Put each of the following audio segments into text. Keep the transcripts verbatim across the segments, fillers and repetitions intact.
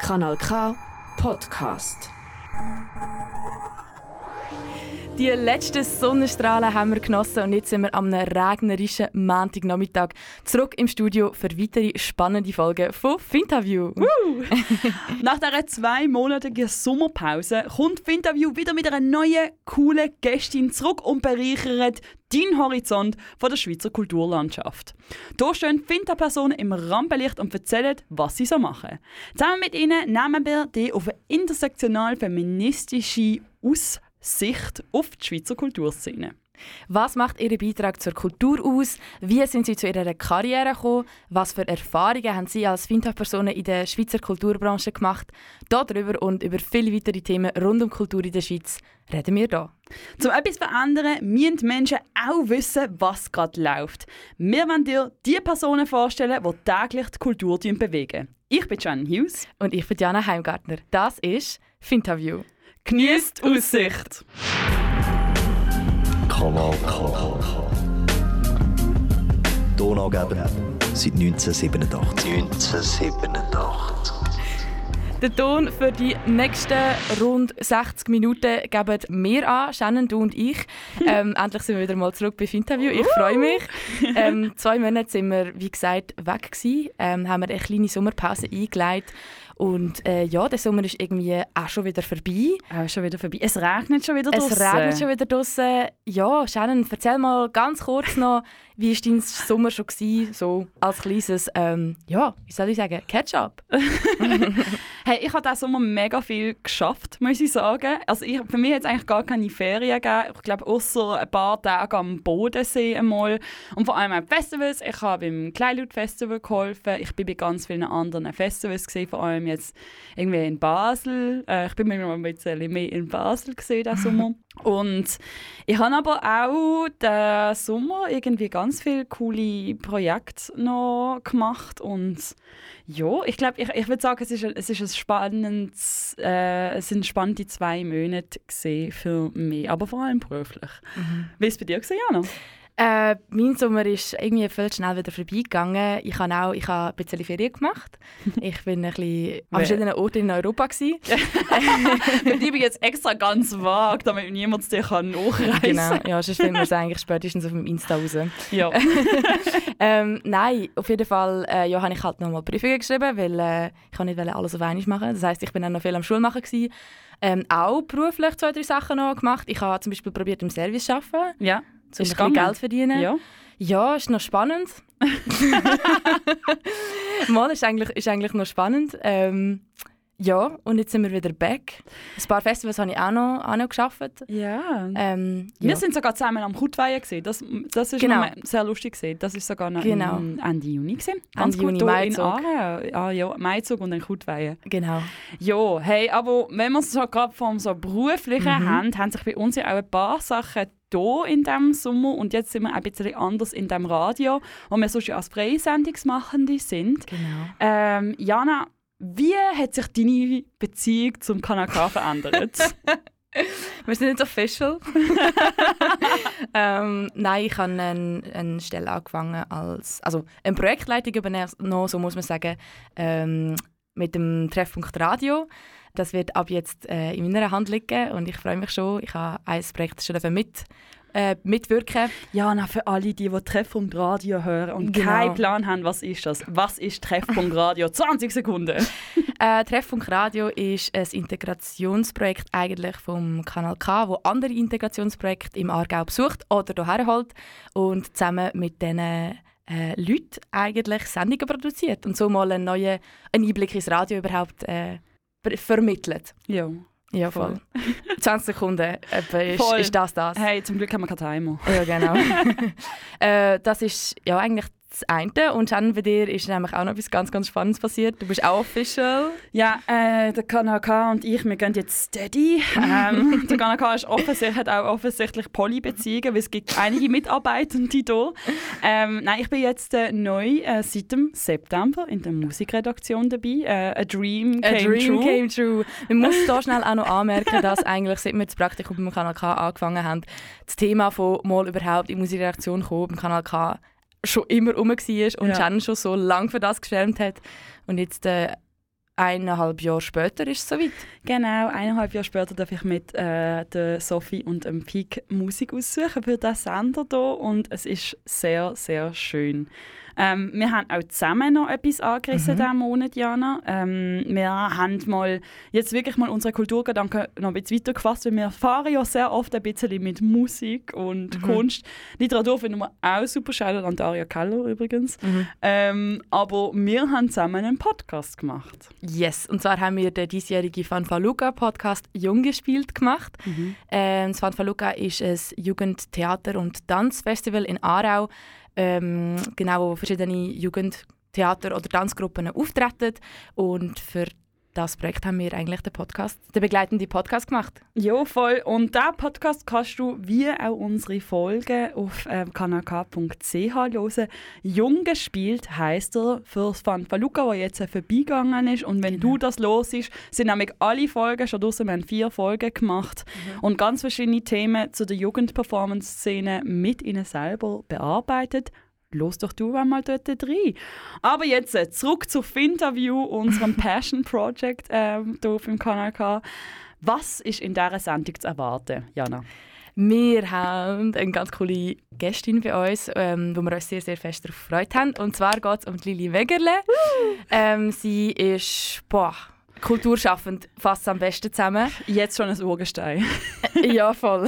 Kanal K Podcast. Die letzten Sonnenstrahlen haben wir genossen und jetzt sind wir am regnerischen Montagnachmittag zurück im Studio für weitere spannende Folgen von Finterview. Nach dieser zweimonatigen Sommerpause kommt Finterview wieder mit einer neuen, coolen Gästin zurück und bereichert deinen Horizont von der Schweizer Kulturlandschaft. Hier stehen Finter-Personen im Rampenlicht und erzählen, was sie so machen. Zusammen mit ihnen nehmen wir dich auf eine intersektional-feministische Aus Sicht auf die Schweizer Kulturszene. Was macht Ihr Beitrag zur Kultur aus? Wie sind Sie zu Ihrer Karriere gekommen? Was für Erfahrungen haben Sie als Finter-Personen in der Schweizer Kulturbranche gemacht? Darüber und über viele weitere Themen rund um Kultur in der Schweiz reden wir hier. Um etwas zu verändern, müssen die Menschen auch wissen, was gerade läuft. Wir wollen dir die Personen vorstellen, die täglich die Kultur bewegen. Ich bin Janine Hughes. Und ich bin Jana Heimgartner. Das ist Finterview. Genießt die Aussicht! Kanal K. Donaugeber seit neunzehnhundertsiebenundachtzig. neunzehnhundertsiebenundachtzig. Den Ton für die nächsten rund sechzig Minuten geben wir an, Shannon, du und ich. Ähm, endlich sind wir wieder mal zurück bei Finterview. Ich freue mich. Ähm, zwei Monate sind wir, wie gesagt, weg gewesen. Ähm, haben wir eine kleine Sommerpause eingeleitet. Und äh, ja, der Sommer ist irgendwie auch schon wieder vorbei. Auch schon wieder vorbei. Es regnet schon wieder draussen. Es regnet schon wieder draussen. Ja, Shannon, erzähl mal ganz kurz noch, wie war dein Sommer schon gewesen, so als kleines, ähm, ja, wie soll ich sagen, Catch-up? Hey, ich habe diesen Sommer mega viel geschafft, muss ich sagen. Also ich, für mich hat es eigentlich gar keine Ferien gegeben. Ich glaube, außer ein paar Tage am Bodensee einmal. Und vor allem auch Festivals. Ich habe beim Kleinlaut-Festival geholfen. Ich bin bei ganz vielen anderen Festivals gesehen, vor allem jetzt irgendwie in Basel. Äh, ich bin mir noch ein bisschen mehr in Basel gesehen diesen Sommer. Und ich habe aber auch diesen Sommer irgendwie ganz viele coole Projekte noch gemacht. Und ja, ich glaube, ich, ich würde sagen, es ist, ein, es ist ein spannendes, äh, es sind spannende zwei Monate für mich, aber vor allem beruflich. Mhm. Wie war es bei dir, Jana? Äh, mein Sommer ist irgendwie viel schnell wieder vorbeigegangen. Ich habe auch ich habe ein bisschen Ferien gemacht. Ich bin ein bisschen an verschiedenen Orten in Europa gewesen. Wir bleiben jetzt extra ganz vage, damit niemand dich nachreisen kann. Genau, ja, sonst finden wir es eigentlich spätestens auf dem Insta raus. Ja. ähm, nein, auf jeden Fall äh, ja, habe ich halt nochmal Prüfungen geschrieben, weil äh, ich nicht alles auf einmal machen. Das heisst, ich bin dann noch viel am Schulmachen gewesen. Ähm, auch beruflich zwei, drei Sachen noch gemacht. Ich habe zum Beispiel probiert, im Service zu arbeiten. Ja. Um ein bisschen Geld verdienen. Ja, ja, ist noch spannend. Mal ist eigentlich, ist eigentlich noch spannend. Ähm, ja, und jetzt sind wir wieder back. Ein paar Festivals habe ich auch noch, auch noch gearbeitet. Ja. Ähm, wir ja. sind sogar zusammen am Kutweihen gewesen. Das, das ist genau. sehr lustig gewesen. Das ist sogar noch genau. Ende Juni gewesen. Ende Juni, Maizug. Ah, ja, Maizug und dann Kutweihen. Genau. Ja, hey, aber wenn wir es so gerade vom so beruflichen Mhm. haben, haben sich bei uns ja auch ein paar Sachen hier in diesem Sommer und jetzt sind wir ein bisschen anders in diesem Radio, wo wir sonst ja als Freisendungsmachende sind. Genau. Ähm, Jana, wie hat sich deine Beziehung zum Kanal K verändert? Wir sind nicht official. ähm, nein, ich habe eine, eine Stelle angefangen als, also eine Projektleitung übernommen, so muss man sagen, ähm, mit dem Treffpunkt Radio. Das wird ab jetzt äh, in meiner Hand liegen und ich freue mich schon. Ich habe ein Projekt schon mit, äh, mitwirken. Ja, na, für alle, die, die Treffpunkt Radio hören und Genau. keinen Plan haben, was ist das? Was ist Treffpunkt Radio? zwanzig Sekunden! Äh, Treffpunkt Radio ist ein Integrationsprojekt eigentlich vom Kanal K, wo andere Integrationsprojekte im Aargau besucht oder hierher holt und zusammen mit diesen äh, Leuten eigentlich Sendungen produziert und so mal einen neuen einen Einblick ins Radio überhaupt äh, vermittelt. Ja. Ja, voll. zwanzig Sekunden etwa ist, Voll. ist das das. Hey, zum Glück haben wir keinen Timer. Ja, genau. äh, das ist ja eigentlich das eine. Und dann bei dir ist nämlich auch noch etwas ganz, ganz Spannendes passiert. Du bist auch official. Ja, äh, der Kanal K und ich, wir gehen jetzt steady. ähm, der Kanal K ist offensichtlich, hat auch offensichtlich Polybeziehungen, weil es gibt einige Mitarbeitende hier. Ähm, nein, ich bin jetzt äh, neu äh, seit dem September in der Musikredaktion dabei. Äh, a Dream Came A dream True. came true. Man muss hier schnell auch noch anmerken, dass eigentlich, seit wir das Praktikum beim Kanal K angefangen haben, das Thema von mal überhaupt in die Musikredaktion kommen, beim Kanal K schon immer rum war und Ja. Jen schon so lange für das geschwärmt hat. Und jetzt äh, eineinhalb Jahre später ist es soweit. Genau, eineinhalb Jahre später darf ich mit äh, der Sophie und dem Peak Musik aussuchen für diesen Sender hier und es ist sehr, sehr schön. Ähm, wir haben auch zusammen noch etwas angerissen Mhm. diesen Monat, Jana. Ähm, wir haben mal, jetzt wirklich mal unsere Kulturgedanken noch ein bisschen weitergefasst, weil wir erfahren ja sehr oft ein bisschen mit Musik und Mhm. Kunst. Literatur finden wir auch super schön, an Daria Keller übrigens. Mhm. Ähm, aber wir haben zusammen einen Podcast gemacht. Yes, und zwar haben wir den diesjährigen Fanfaluca-Podcast «Jung gespielt» gemacht. Mhm. Ähm, das Fanfaluca ist ein Jugendtheater- und Tanzfestival in Aarau, ähm, genau, wo verschiedene Jugendtheater- oder Tanzgruppen auftreten. Und für das Projekt haben wir eigentlich den Podcast, den begleitenden Podcast gemacht. Ja, voll. Und diesen Podcast kannst du, wie auch unsere Folgen, auf ähm, kanal k punkt c h hören. «Jung gespielt» heisst er für das Fanfaluca, das jetzt vorbeigegangen ist. Und wenn Genau. du das hörst, sind nämlich alle Folgen schon draussen. Wir haben vier Folgen gemacht und ganz verschiedene Themen zu der Jugendperformance-Szene mit ihnen selber bearbeitet. Los doch du einmal dort rein. Aber jetzt äh, zurück zu Finterview, unserem Passion Project ähm, hier auf dem Kanal K. Was ist in dieser Sendung zu erwarten, Jana? Wir haben eine ganz coole Gästin bei uns, ähm, wo wir uns sehr, sehr fest darauf gefreut haben. Und zwar geht es um die Lili Wegerle. ähm, sie ist, boah, kulturschaffend fasst am besten zusammen. Jetzt schon ein Urgestein. Ja, voll.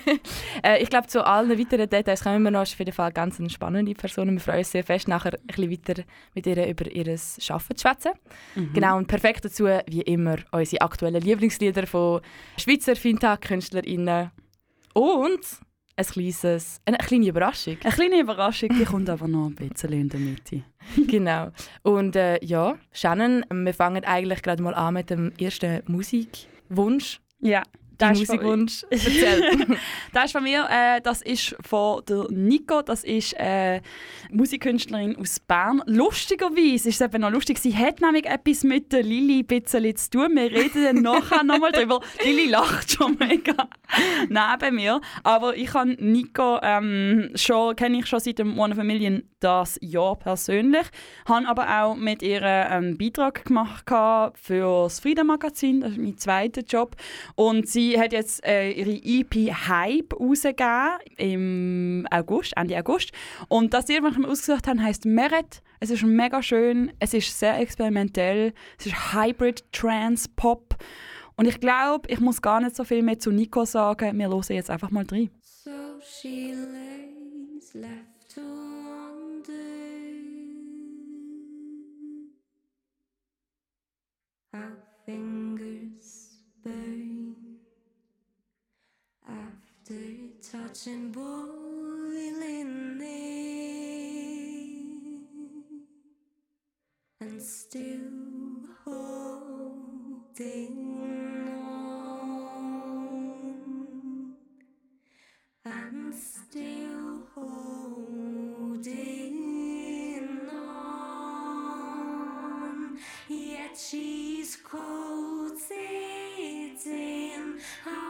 äh, ich glaube, zu allen weiteren Details kommen wir noch. Es ist auf jeden Fall ganz eine spannende Person. Wir freuen uns sehr fest, nachher ein bisschen weiter mit ihr über ihr Arbeiten zu schwätzen. Mhm. Genau, und perfekt dazu, wie immer, unsere aktuellen Lieblingslieder von Schweizer Fintech-KünstlerInnen. Und ein kleines, eine kleine Überraschung. Eine kleine Überraschung, die kommt aber noch ein bisschen in der Mitte. Genau. Und äh, ja, Shannon, wir fangen eigentlich gerade mal an mit dem ersten Musikwunsch. Ja, Dein das ist von- Musikwunsch. Erzähl. Das ist von mir, äh, das ist von der Nico, das ist eine Musikkünstlerin aus Bern. Lustigerweise ist es eben noch lustig, sie hat nämlich etwas mit der Lili ein bisschen zu tun. Wir reden dann nachher nochmal drüber. Lili lacht schon mega neben mir. Aber ich habe Nico, ähm, schon, kenne ich schon seit dem One of a Million das Jahr persönlich. Habe aber auch mit ihr einen Beitrag gemacht für das Frieden-Magazin, das ist mein zweiter Job. Und sie hat jetzt äh, ihre E P «Hype» rausgegeben im August, Ende August. Und das Lied, das wir ausgesucht haben, heisst «Meret». Es ist mega schön, es ist sehr experimentell, es ist Hybrid Trance Pop. Und ich glaube, ich muss gar nicht so viel mehr zu Nico sagen. Wir hören jetzt einfach mal rein. So she lays left to wonder how fingers burn after touching boiling air and still holding on and still holding on, yet she's coated in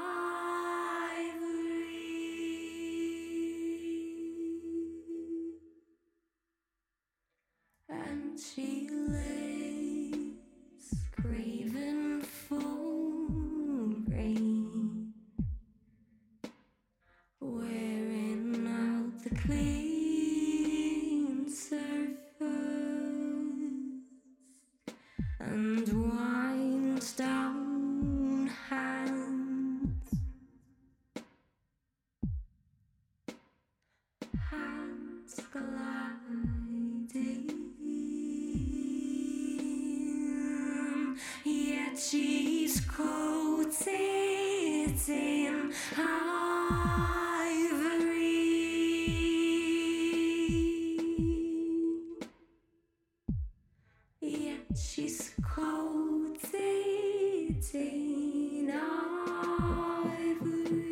ivory, and she lays craving for rain, wearing out the clean surface and winds down hands, hands gliding, yet she's coated in ivory, yet she's coated in ivory.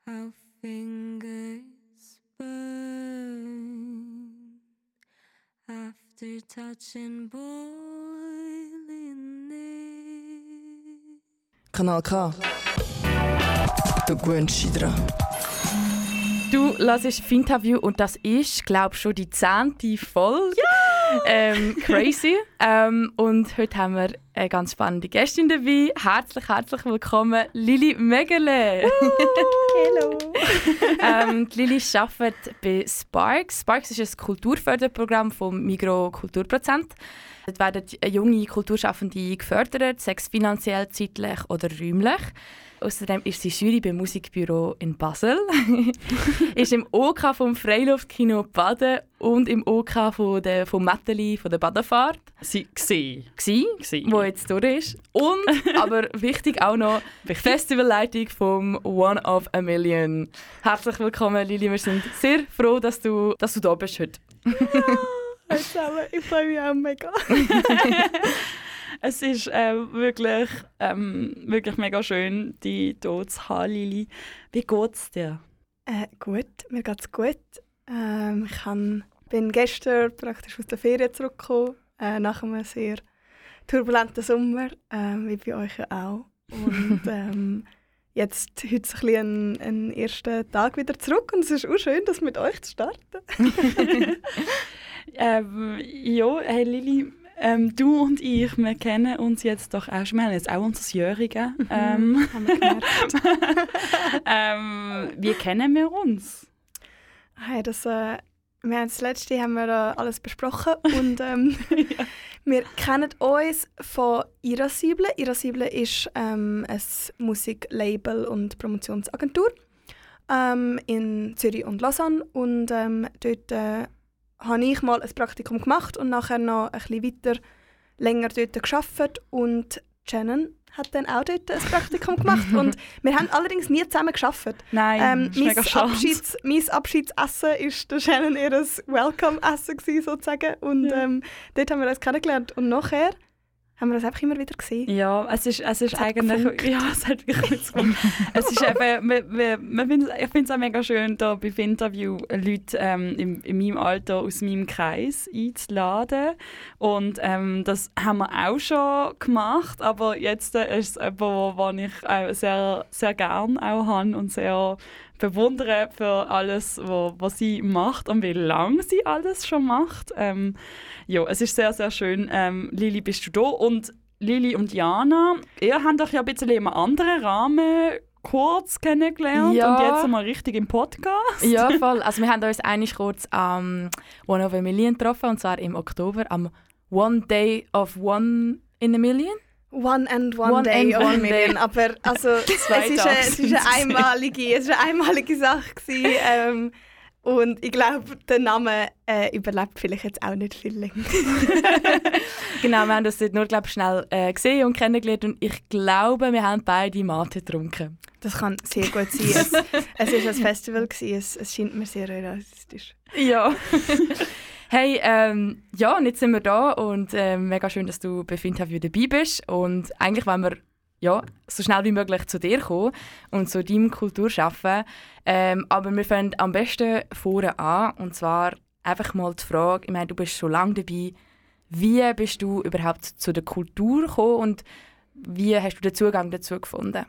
Our fingers burn after touching boiling it. Kanal K. Du gewöhnst dich dran. Du hörst Finterview und das ist, glaube ich, schon die zehnte Folge. Ja! Ähm, crazy. ähm, und heute haben wir eine ganz spannende Gästin dabei. Herzlich, herzlich willkommen, Lili Megele. Hallo. ähm, Lili arbeitet bei Sparks. Sparks ist ein Kulturförderprogramm vom Migro Kulturprozent. Dort werden junge Kulturschaffende gefördert, sei es finanziell, zeitlich oder räumlich. Außerdem ist sie Jury beim Musikbüro in Basel, ist im OK vom Freiluftkino Baden und im OK von der, vom Metteli von der Badenfahrt. Sie war. Gsi, wo jetzt durch ist. Und, aber wichtig auch noch, Festivalleitung vom One of a Million. Herzlich willkommen, Lili. Wir sind sehr froh, dass du, dass du da bist heute. Ja, zusammen. Ich freue mich auch mega. Es ist äh, wirklich, ähm, wirklich mega schön, dich hier zu haben, Lili. Wie geht's dir? Äh, gut, mir geht's gut. Ähm, ich han, bin gestern praktisch aus der Ferien zurückgekommen, äh, nach einem sehr turbulenten Sommer, äh, wie bei euch ja auch. Und ähm, jetzt heute so ein bisschen einen, einen ersten Tag wieder zurück und es ist auch schön, das mit euch zu starten. ähm, ja, hey Lili. Ähm, du und ich, wir kennen uns jetzt doch auch schon. Wir haben jetzt auch unser Jährige. Ähm, haben wir gemerkt. ähm, wie kennen wir uns? Hey, das, äh, wir haben das letzte haben wir äh, alles besprochen und ähm, Ja. wir kennen uns von Irascible. Irascible ist ähm, ein Musiklabel und Promotionsagentur ähm, in Zürich und Lausanne und ähm, dort äh, habe ich mal ein Praktikum gemacht und nachher noch ein bisschen weiter länger dort gearbeitet und Shannon hat dann auch dort ein Praktikum gemacht und wir haben allerdings nie zusammen gearbeitet. Nein, Ähm, das ist mein, mega schade. Abschieds, mein Abschiedsessen war der Shannon ihr Welcome-Essen gewesen, sozusagen. Und Ja. ähm, dort haben wir uns kennengelernt. Und nachher haben wir uns einfach immer wieder gesehen. Ja, es ist, es ist Es hat eigentlich... gefunkt. Ja, es hat wirklich gut gefunkt. Es ist eben... Wir, wir, wir finden, ich finde es auch mega schön, da bei Finterview Leute ähm, in, in meinem Alter aus meinem Kreis einzuladen. Und ähm, das haben wir auch schon gemacht, aber jetzt äh, ist es etwas, was ich äh, sehr, sehr gerne auch habe und sehr bewundere für alles, was, was sie macht und wie lange sie alles schon macht. Ähm, ja, es ist sehr, sehr schön. Ähm, Lili, bist du da? Und Lili und Jana, ihr habt euch ja ein bisschen in einem anderen Rahmen kurz kennengelernt Ja. und jetzt mal richtig im Podcast. Ja, voll. Also wir haben uns eigentlich kurz am One of a Million getroffen, und zwar im Oktober, am One Day of One in a Million. One and one, One day and of a one million. day. Aber also, es ist Zwei eine, Tage es ist eine sind's einmalige, es ist eine einmalige Sache gewesen, ähm, und ich glaube, der Name äh, überlebt vielleicht jetzt auch nicht viel länger. Genau, wir haben das dort nur glaub, schnell äh, gesehen und kennengelernt, und ich glaube, wir haben beide Mate getrunken. Das kann sehr gut sein. Es, es ist ein Festival gewesen. Es, es scheint mir sehr realistisch. Ja. Hey, ähm, ja, und jetzt sind wir da und ähm, mega schön, dass du bei Finterview dabei bist. Und eigentlich wollen wir ja, so schnell wie möglich zu dir kommen und zu deinem Kulturschaffen. Ähm, aber wir fangen am besten vorne an, und zwar einfach mal die Frage, ich meine, du bist schon lange dabei, wie bist du überhaupt zu der Kultur gekommen und wie hast du den Zugang dazu gefunden?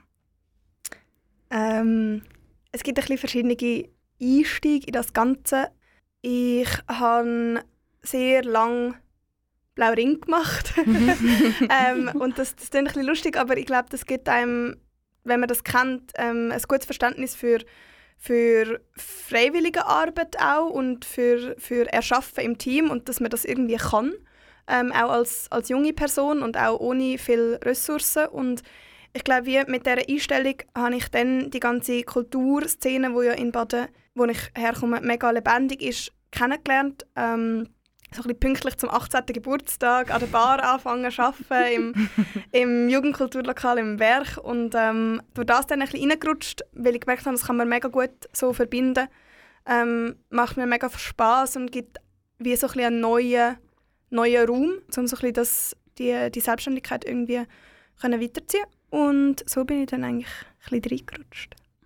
Ähm, es gibt ein bisschen verschiedene Einstiege in das Ganze. Ich habe sehr lange Blau Ring gemacht. ähm, und das, das klingt ein bisschen lustig, aber ich glaube, das gibt einem, wenn man das kennt, ähm, ein gutes Verständnis für, für freiwillige Arbeit auch und für, für Erschaffen im Team und dass man das irgendwie kann. Ähm, auch als, als junge Person und auch ohne viele Ressourcen. Und ich glaube, wie mit dieser Einstellung habe ich dann die ganze Kulturszene, die ja in Baden, wo ich herkomme, mega lebendig ist, kennengelernt. Ähm, so ein bisschen pünktlich zum achtzehnten Geburtstag an der Bar anfangen zu arbeiten, im, im Jugendkulturlokal im Werk. Und ähm, durch das dann ein bisschen reingerutscht, weil ich gemerkt habe, das kann man mega gut so verbinden. Ähm, macht mir mega Spass und gibt wie so ein bisschen einen neuen, neuen Raum, um so ein bisschen das, die, die Selbstständigkeit irgendwie können weiterziehen. Und so bin ich dann eigentlich ein bisschen reingerutscht.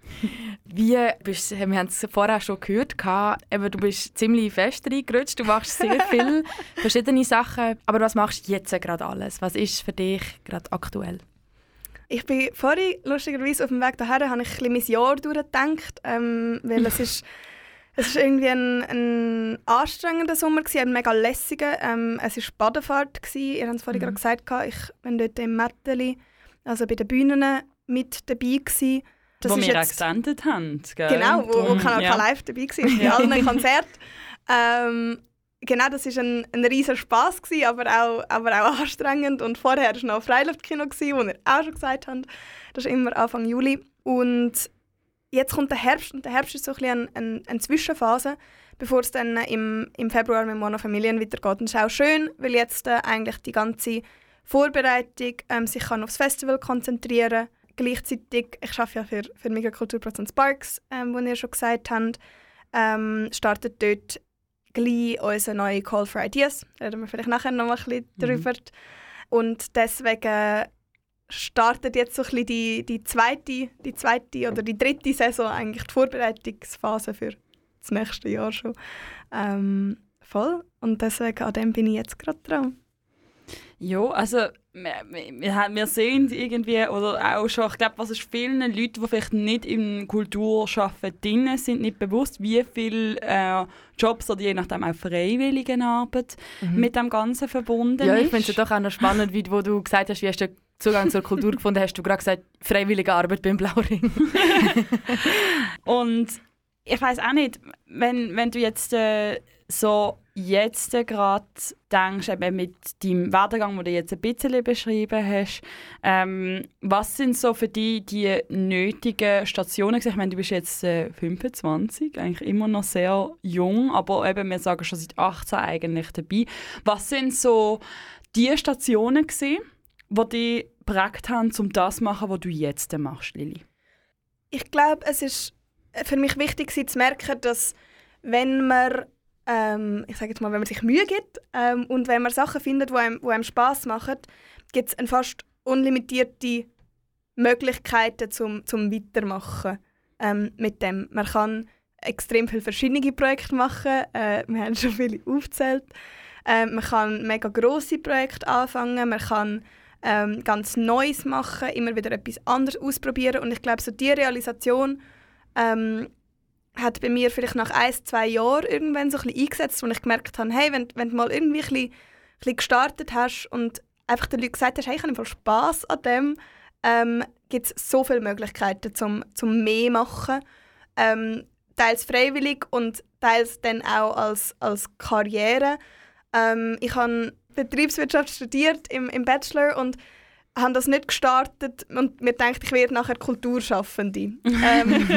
Wie bist, wir haben es vorher schon gehört, eben, du bist ziemlich fest reingerutscht, du machst sehr viele verschiedene Sachen. Aber was machst du jetzt gerade alles? Was ist für dich gerade aktuell? Ich bin vorhin, lustigerweise, auf dem Weg daher, habe ich ein bisschen mein Jahr durchgedacht, ähm, weil es ist, es ist irgendwie ein, ein anstrengender Sommer gewesen, ein mega lässiger. Ähm, es war Badefahrt gewesen. Ihr habt es vorhin mhm. gerade gesagt, ich bin dort im Mätteli, also bei den Bühnen mit dabei gewesen. Das wo ist wir jetzt, auch gesendet haben. Gell? Genau, wo, wo mm, keiner ja. live dabei war, bei allen Konzerten. Ähm, genau, das war ein, ein riesiger Spass, gewesen, aber, auch, aber auch anstrengend. Und vorher war noch ein Freiluftkino, gewesen, wo ihr auch schon gesagt habt. Das ist immer Anfang Juli. Und jetzt kommt der Herbst. Und der Herbst ist so ein bisschen eine, eine, eine Zwischenphase, bevor es dann im, im Februar mit Mono Familien weitergeht. Und das ist auch schön, weil jetzt äh, eigentlich die ganze Vorbereitung ähm, sich kann aufs Festival konzentrieren kann. Gleichzeitig, ich arbeite ja für, für Migrakulturprozent Sparks, ähm, wie ihr schon gesagt habt, ähm, startet dort gleich unser neuer Call for Ideas. Da reden wir vielleicht nachher noch mal ein bisschen drüber. Mhm. Und deswegen startet jetzt so ein bisschen die, die, zweite, die zweite oder die dritte Saison, eigentlich die Vorbereitungsphase für das nächste Jahr schon. Ähm, voll. Und deswegen, an dem bin ich jetzt gerade dran. Ja, also wir, wir, wir sehen irgendwie, oder auch schon, ich glaube, was ist vielen Leuten, die vielleicht nicht im Kulturschaffen drin sind, nicht bewusst, wie viele äh, Jobs oder je nachdem auch Freiwilligenarbeit mhm. mit dem Ganzen verbunden ja, ist. Ja, ich finde es doch auch noch spannend, wie wo du gesagt hast, wie hast du Zugang zur Kultur gefunden, hast du gerade gesagt, freiwillige Arbeit beim Blauring. Und ich weiss auch nicht, wenn, wenn du jetzt äh, so jetzt gerade denkst, eben mit deinem Werdegang, den du jetzt ein bisschen beschrieben hast, ähm, was sind so für dich die nötigen Stationen? Ich meine, du bist jetzt äh, fünfundzwanzig, eigentlich immer noch sehr jung, aber eben, wir sagen schon seit achtzehn eigentlich dabei. Was sind so die Stationen gewesen, die dich geprägt haben, um das zu machen, was du jetzt machst, Lili? Ich glaube, es ist für mich wichtig zu merken, dass wenn man Ähm, ich sage jetzt mal, wenn man sich Mühe gibt ähm, und wenn man Sachen findet, die einem, die einem Spass machen, gibt es fast unlimitierte Möglichkeiten zum, zum Weitermachen ähm, mit dem. Man kann extrem viele verschiedene Projekte machen, äh, wir haben schon viele aufgezählt. Äh, man kann mega grosse Projekte anfangen, man kann ähm, ganz Neues machen, immer wieder etwas anderes ausprobieren und ich glaube, so die Realisation ähm, hat bei mir vielleicht nach ein, zwei Jahren irgendwann so ein bisschen eingesetzt, wo ich gemerkt habe, hey, wenn, wenn du mal irgendwie ein bisschen, ein bisschen gestartet hast und einfach den Leuten gesagt hast, hey, ich habe einfach Spass an dem, ähm, gibt es so viele Möglichkeiten zum, zum mehr machen. Ähm, teils freiwillig und teils dann auch als, als Karriere. Ähm, ich habe Betriebswirtschaft studiert im, im Bachelor und habe das nicht gestartet und mir gedacht, ich werde nachher Kulturschaffende. ähm,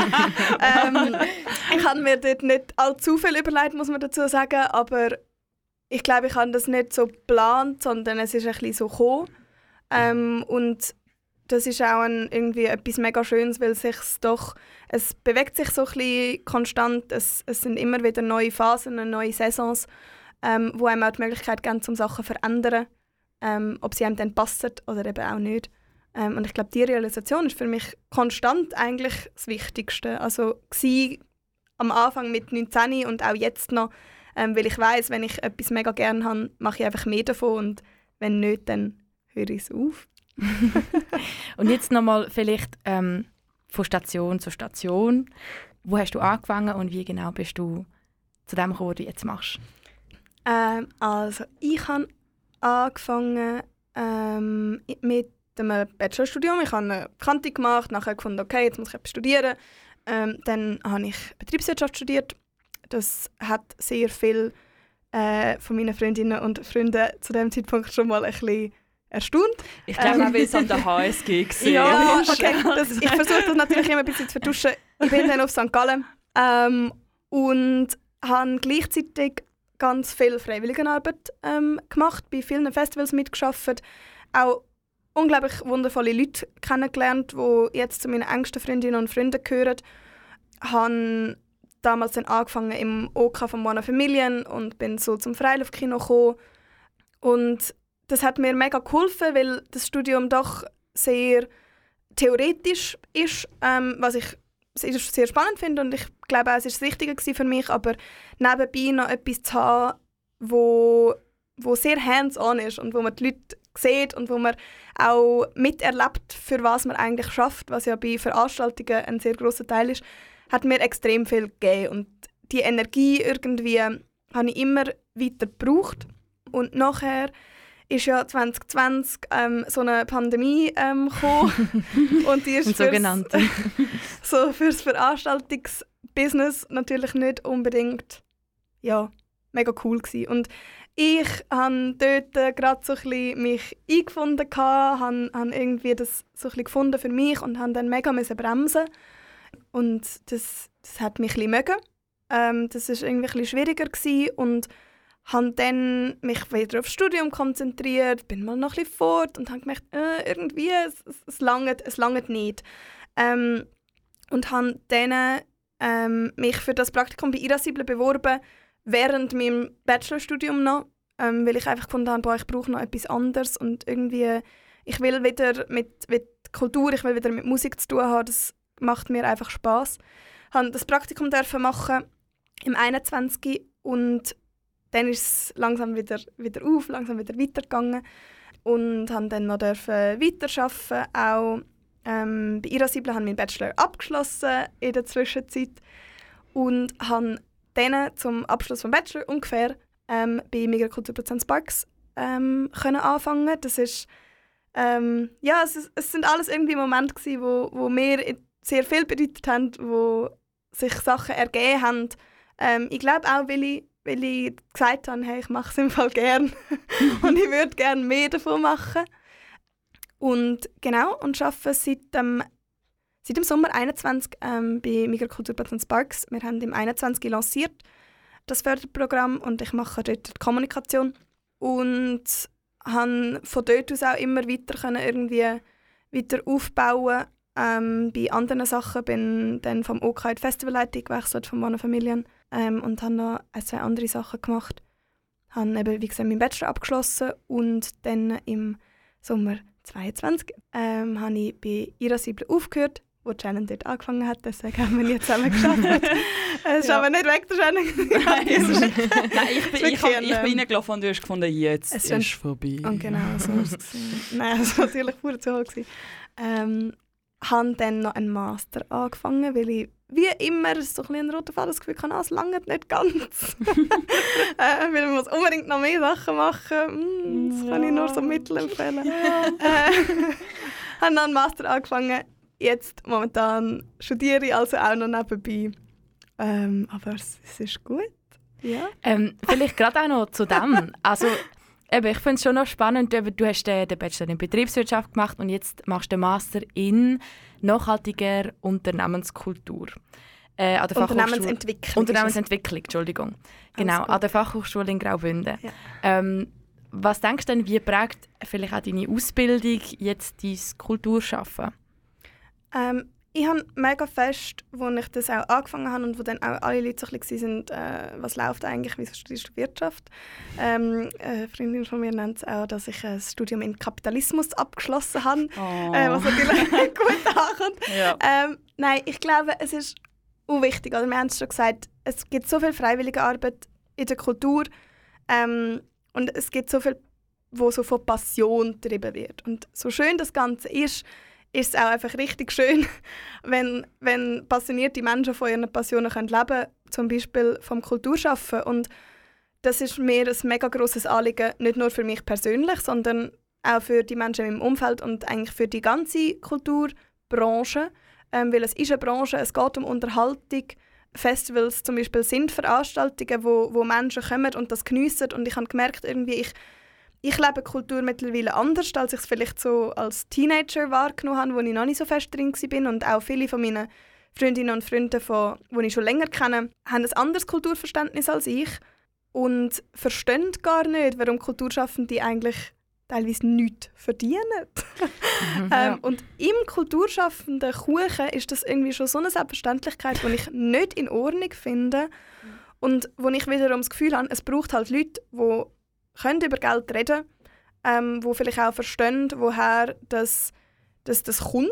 ähm, ich habe mir dort nicht allzu viel überlegt, muss man dazu sagen, aber ich glaube, ich habe das nicht so geplant, sondern es ist ein bisschen so gekommen. Ähm, und das ist auch ein, irgendwie etwas mega Schönes, weil sich doch, es bewegt sich so ein bisschen konstant, es, es sind immer wieder neue Phasen, neue Saisons, ähm, wo einem auch die Möglichkeit geben, um Sachen zu verändern. Ähm, ob sie einem dann passen oder eben auch nicht. Ähm, und ich glaube, die Realisation ist für mich konstant eigentlich das Wichtigste. Also war am Anfang mit neunzehn und auch jetzt noch, ähm, weil ich weiss, wenn ich etwas mega gerne habe, mache ich einfach mehr davon und wenn nicht, dann höre ich es auf. Und jetzt nochmal vielleicht ähm, von Station zu Station. Wo hast du angefangen und wie genau bist du zu dem gekommen, was du jetzt machst? Ähm, also ich habe angefangen ähm, mit einem Bachelorstudium. Ich habe eine Kante gemacht, nachher gefunden, okay, jetzt muss ich etwas studieren. Ähm, dann habe ich Betriebswirtschaft studiert. Das hat sehr viel äh, von meinen Freundinnen und Freunden zu dem Zeitpunkt schon mal ein bisschen erstaunt. Ich glaube ähm, auch, weil es an der H S G gesehen ja, okay. Das, ich versuche das natürlich immer ein bisschen zu vertuschen. Ich bin dann auf Sankt Gallen ähm, und habe gleichzeitig ganz viel Freiwilligenarbeit ähm, gemacht, bei vielen Festivals mitgearbeitet, auch unglaublich wundervolle Leute kennengelernt, die jetzt zu meinen engsten Freundinnen und Freunden gehören. Ich habe damals dann angefangen im OK von Mono Familien und bin so zum Freiluftkino gekommen. Und das hat mir mega geholfen, weil das Studium doch sehr theoretisch ist, ähm, was ich sehr spannend finde und ich glaube auch, es war das Richtige für mich, aber nebenbei noch etwas zu haben, wo, wo sehr hands-on ist und wo man die Leute sieht und wo man auch miterlebt, für was man eigentlich schafft, was ja bei Veranstaltungen ein sehr grosser Teil ist, hat mir extrem viel gegeben. Und die Energie irgendwie habe ich immer weiter gebraucht. Und nachher ist ja zwanzig zwanzig ähm, so eine Pandemie ähm, gekommen. Und die ist fürs, so fürs Veranstaltungsbusiness natürlich nicht unbedingt ja, mega cool gewesen. Und ich habe dort gerade so ein bisschen mich eingefunden, habe, habe irgendwie das so ein bisschen gefunden für mich und habe dann mega bremsen. Und das, das hat mich ein bisschen mögen. Ähm, das war irgendwie ein bisschen schwieriger gewesen und habe dann mich wieder aufs Studium konzentriert, bin mal noch ein bisschen fort und habe gemerkt, äh, irgendwie, es, es, es langt es langt nicht. Ähm, und habe dann ähm, mich für das Praktikum bei Irascible beworben, während meinem Bachelorstudium noch, ähm, weil ich einfach gefunden habe, boah, ich brauche noch etwas anderes und irgendwie, ich will wieder mit, mit Kultur, ich will wieder mit Musik zu tun haben, das macht mir einfach Spass. Ich durfte das Praktikum machen im einundzwanzig und dann ist es langsam wieder, wieder auf, langsam wieder weitergegangen und durfte dann noch weiterarbeiten. Auch ähm, bei Irascible habe ich meinen Bachelor abgeschlossen in der Zwischenzeit und habe dann zum Abschluss des Bachelor ungefähr ähm, bei Migrakulturprozent Sparks ähm, können anfangen. Das ist, ähm, ja, es, ist, es sind alles irgendwie Momente gewesen, wo, wo mir sehr viel bedeutet haben, wo sich Sachen ergeben haben. Ähm, ich glaube auch, weil ich, weil ich gesagt habe, hey, ich mache es im Fall gerne und ich würde gerne mehr davon machen. Und genau, und arbeite seit dem, seit dem Sommer einundzwanzig ähm, bei Migrakulturprozent Sparks. Wir haben im einundzwanzig lanciert, das Förderprogramm, und ich mache dort die Kommunikation. Und konnte von dort aus auch immer weiter können irgendwie weiter aufbauen. Ähm, bei anderen Sachen bin dann vom OK in die Festivalleitung gewechselt, von meiner Familie. Ähm, und habe noch ein, zwei andere Sachen gemacht. Ich habe eben, wie gesagt, meinen Bachelor abgeschlossen und dann im Sommer zweiundzwanzig ähm, habe ich bei Irascible aufgehört, wo Shannon dort angefangen hat. Deswegen haben wir nie zusammen gearbeitet. Es ist ja. aber nicht weg, der Shannon. Nein, Nein, ich bin, ich, hab, ich bin reingelaufen und du hast gefunden, jetzt es ist es vorbei. Und genau, so war es. Nein, es war natürlich pur zu hoch. Ähm, habe dann noch einen Master angefangen, weil ich wie immer so ein, ein roter Faden das Gefühl hatte, es langt nicht ganz. äh, weil man muss unbedingt noch mehr Sachen machen. Das kann ja. ich nur so mittel empfehlen. Ja. Äh, habe dann einen Master angefangen. Jetzt momentan studiere ich also auch noch nebenbei. Ähm, aber es, es ist gut. Ja. Ähm, vielleicht gerade auch noch zu dem. Also, eben, ich finde es schon noch spannend, du hast den Bachelor in Betriebswirtschaft gemacht und jetzt machst du den Master in nachhaltiger Unternehmenskultur. Äh, an der Unternehmensentwicklung. Unternehmensentwicklung, Entschuldigung. Genau, an der Fachhochschule in Graubünden. Ja. Ähm, was denkst du denn, wie prägt vielleicht auch deine Ausbildung jetzt dein Kulturschaffen? Ähm, ich habe mega fest, als ich das auch angefangen habe und wo dann auch alle Leute so ein bisschen waren, äh, was läuft eigentlich, wieso studierst du Wirtschaft? Ähm, eine Freundin von mir nennt es auch, dass ich ein Studium in Kapitalismus abgeschlossen habe, oh. äh, was natürlich gut ankommt. Ja. Ähm, nein, ich glaube, es ist auch wichtig. Also wir haben es schon gesagt, es gibt so viel freiwillige Arbeit in der Kultur ähm, und es gibt so viel, wo so von Passion getrieben wird. Und so schön das Ganze ist, ist es auch einfach richtig schön, wenn, wenn passionierte Menschen von ihren Passionen leben können, zum Beispiel vom Kulturschaffen. Und das ist mir ein mega grosses Anliegen, nicht nur für mich persönlich, sondern auch für die Menschen in meinem Umfeld und eigentlich für die ganze Kulturbranche. Ähm, weil es ist eine Branche, es geht um Unterhaltung. Festivals zum Beispiel sind Veranstaltungen, wo, wo Menschen kommen und das geniessen. Und ich habe gemerkt, irgendwie, ich Ich lebe Kultur mittlerweile anders, als ich es vielleicht so als Teenager wahrgenommen habe, wo ich noch nicht so fest drin war. Und auch viele von meinen Freundinnen und Freunden, die ich schon länger kenne, haben ein anderes Kulturverständnis als ich und verstehen gar nicht, warum Kulturschaffende eigentlich teilweise nichts verdienen. Mhm, ja. ähm, und im kulturschaffenden Kuchen ist das irgendwie schon so eine Selbstverständlichkeit, die ich nicht in Ordnung finde. Und wo ich wiederum das Gefühl habe, es braucht halt Leute, die können über Geld reden, ähm, die vielleicht auch verstehen, woher das, das, das kommt.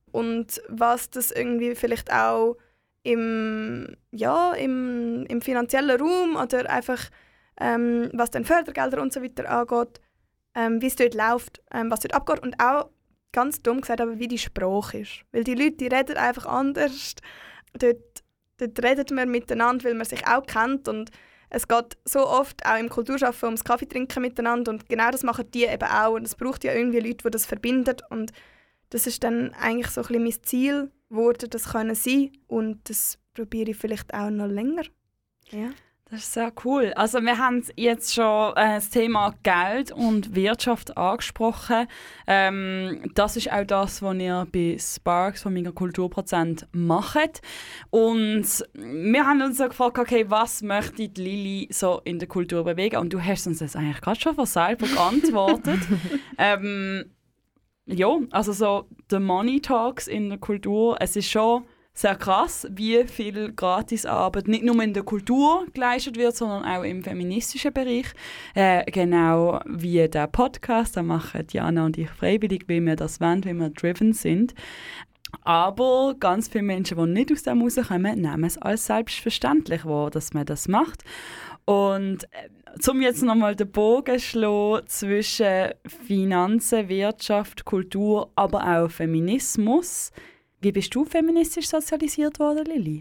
und was das irgendwie vielleicht auch im, ja, im, im finanziellen Raum oder einfach ähm, was dann Fördergelder und so weiter angeht, ähm, wie es dort läuft, ähm, was dort abgeht und auch ganz dumm gesagt, aber wie die Sprache ist. Weil die Leute, die reden einfach anders. Dort, dort redet man miteinander, weil man sich auch kennt und es geht so oft auch im Kulturschaffen ums Kaffeetrinken miteinander und genau das machen die eben auch und es braucht ja irgendwie Leute, die das verbinden und das ist dann eigentlich so ein bisschen mein Ziel geworden, das können sein und das probiere ich vielleicht auch noch länger. Ja. Das ist sehr cool. Also wir haben jetzt schon äh, das Thema Geld und Wirtschaft angesprochen. Ähm, das ist auch das, was ihr bei Sparks von Mega Kulturprozent macht. Und wir haben uns so gefragt, okay, was möchte die Lili so in der Kultur bewegen? Und du hast uns das eigentlich gerade schon von selber geantwortet. ähm, ja, also so die Money Talks in der Kultur, es ist schon sehr krass, wie viel Gratisarbeit nicht nur in der Kultur geleistet wird, sondern auch im feministischen Bereich. Äh, genau wie der Podcast, da machen Jana und ich freiwillig, weil wir das wollen, weil wir driven sind. Aber ganz viele Menschen, die nicht aus dem rauskommen, nehmen es als selbstverständlich wahr, dass man das macht. Und äh, um jetzt nochmal den Bogen zu schlagen zwischen Finanzen, Wirtschaft, Kultur, aber auch Feminismus. Wie bist du feministisch sozialisiert worden, Lili?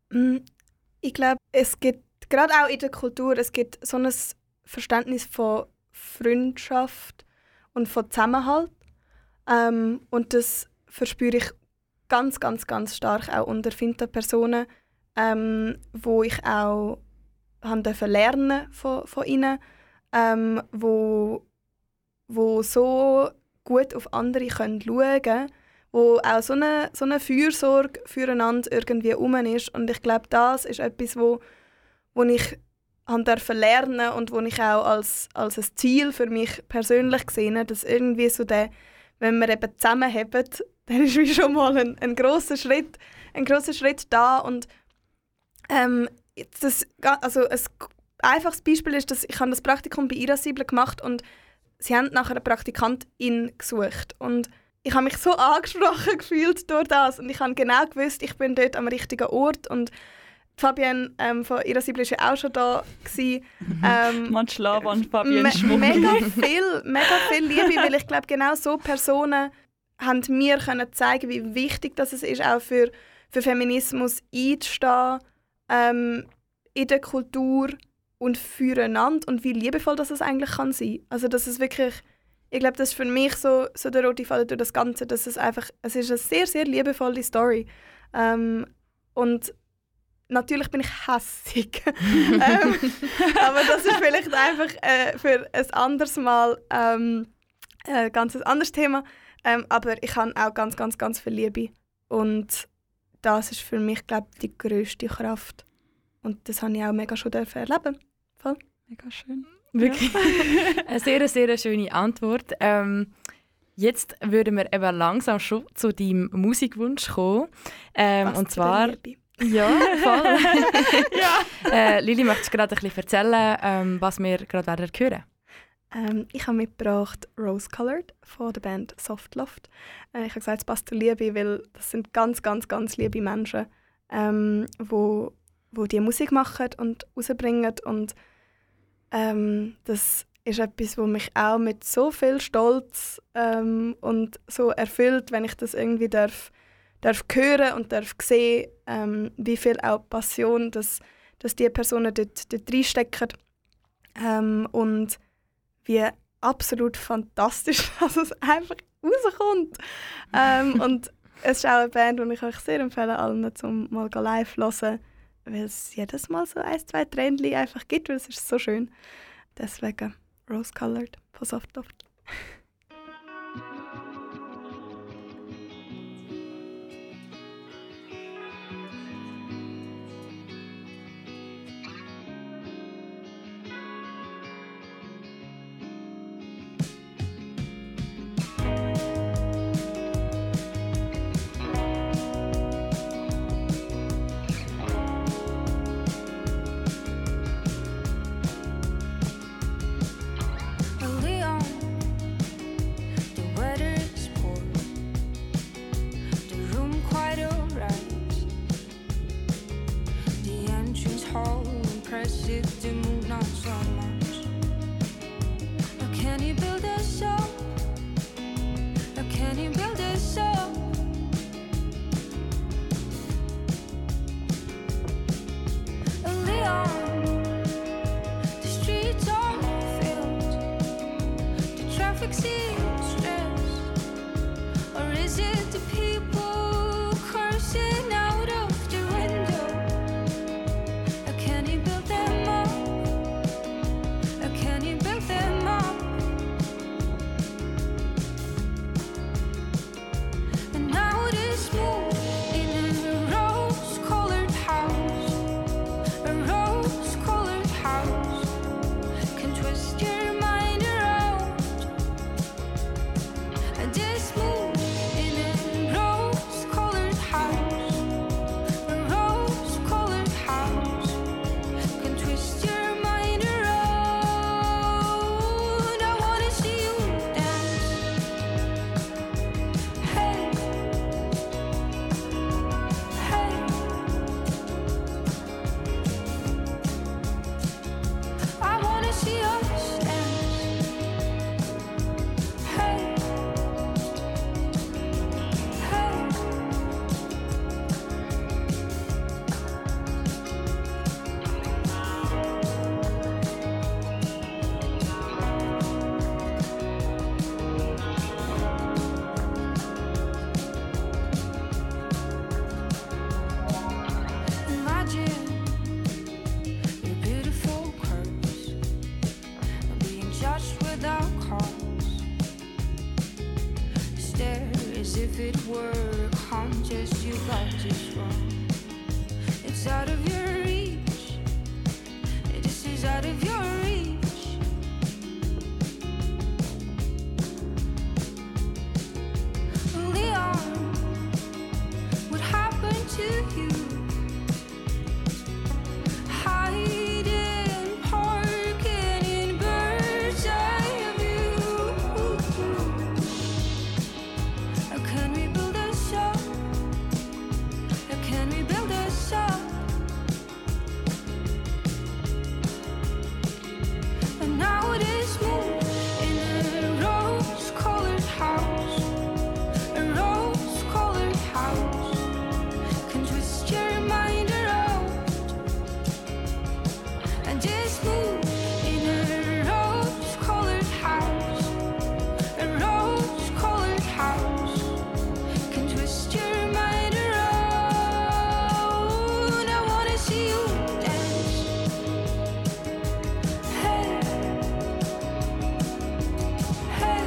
Ich glaube, es gibt, gerade auch in der Kultur, es gibt so ein Verständnis von Freundschaft und von Zusammenhalt. Ähm, und das verspüre ich ganz, ganz, ganz stark auch unter Finta-Personen, ähm, wo ich auch haben dürfen lernen von, von ihnen, ähm, wo, wo so gut auf andere können schauen können, wo auch so eine, so eine Fürsorge füreinander irgendwie herum ist. Und ich glaube, das ist etwas, wo, wo ich durfte lernen und wo ich auch als, als ein Ziel für mich persönlich sehe, dass irgendwie so der, wenn wir eben zusammenhalten, dann ist wie schon mal ein, ein grosser Schritt, ein grosser Schritt da. Und ähm, das, also ein einfaches Beispiel ist, dass ich das Praktikum bei Irascible gemacht und sie haben nachher eine Praktikantin gesucht. Und ich habe mich so angesprochen gefühlt durch das und ich habe genau gewusst, ich bin dort am richtigen Ort und Fabienne ähm, von Irascible war ja auch schon da. Mhm. Ähm, Man Schlaf an Fabienne me- Schmuck. Mega viel, mega viel Liebe, weil ich glaube, genau so Personen haben mir können zeigen, wie wichtig das ist, auch für, für Feminismus einzustehen, ähm, in der Kultur und füreinander und wie liebevoll das eigentlich kann sein. Also dass es wirklich, ich glaube, das ist für mich so, so der rote Faden durch das Ganze, dass es einfach, es ist eine sehr, sehr liebevolle Story. Ähm, und natürlich bin ich hässig. ähm, aber das ist vielleicht einfach äh, für ein anderes Mal ähm, ein ganz anderes Thema. Ähm, aber ich habe auch ganz, ganz, ganz viel Liebe. Und das ist für mich, glaube ich, die grösste Kraft. Und das habe ich auch mega schon erleben. Voll. Mega schön. Wirklich. Ja. Eine sehr, sehr schöne Antwort. Ähm, jetzt würden wir eben langsam schon zu deinem Musikwunsch kommen. Ähm, Was und zwar... Liebe. Ja, voll. Ja. äh, Lili, möchtest du gerade ein bisschen erzählen, ähm, was wir gerade werden hören? Ähm, ich habe mitgebracht Rose Colored von der Band Softloft. Äh, ich habe gesagt, es passt zur Liebe, weil das sind ganz, ganz, ganz liebe Menschen, ähm, wo, wo die Musik machen und rausbringen. Und ähm, das ist etwas, was mich auch mit so viel Stolz ähm, und so erfüllt, wenn ich das irgendwie darf, darf hören und darf sehen, ähm, wie viel auch Passion dass, dass die Personen dort, dort reinstecken. Ähm, und wie absolut fantastisch, dass es einfach rauskommt. ähm, und es ist auch eine Band, die ich euch sehr empfehle, allen zum mal live zu hören, weil es jedes Mal so ein, zwei Tränchen einfach gibt, weil es ist so schön. Deswegen Rose Colored von Softloft. a shifting mood, not so much. Or can you build us up? Or can you build us up? Early on, the streets are filled, the traffic seems stressed. Or is it the people cursing out of the window? Or can you build them up? Or can you build them up? And now this mood in a rose-colored house, a rose-colored house can twist your mind around. And this mood in a rose-colored house, a rose-colored house can twist your mind around. I wanna see you dance. Hey, hey. I wanna see us dance. Hey, hey. Imagine your beautiful curves being judged without cause. Stare as if it were a contest. You got this wrong. It's out of your reach. This is out of your reach. Leon, what happened to you? Hiding, parking in bird's eye view. Or can we build us up? Or can we build us up? And now it is mood in a rose-colored house, a rose-colored house can twist your mind around. And this mood in a rose-colored house, a rose-colored house can twist your mind around. I wanna see you dance. Hey, hey.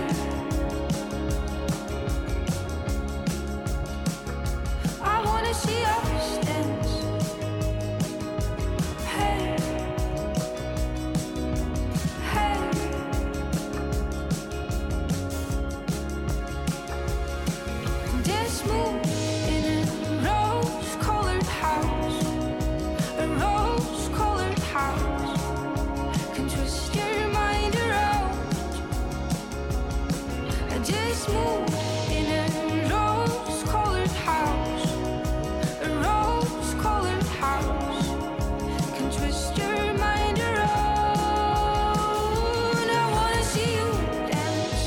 I wanna see us dance. Hey, hey. This mood in a rose-colored house, a rose-colored house can twist your mind around. This mood in a rose-colored house, a rose-colored house can twist your mind around. I wanna see you dance.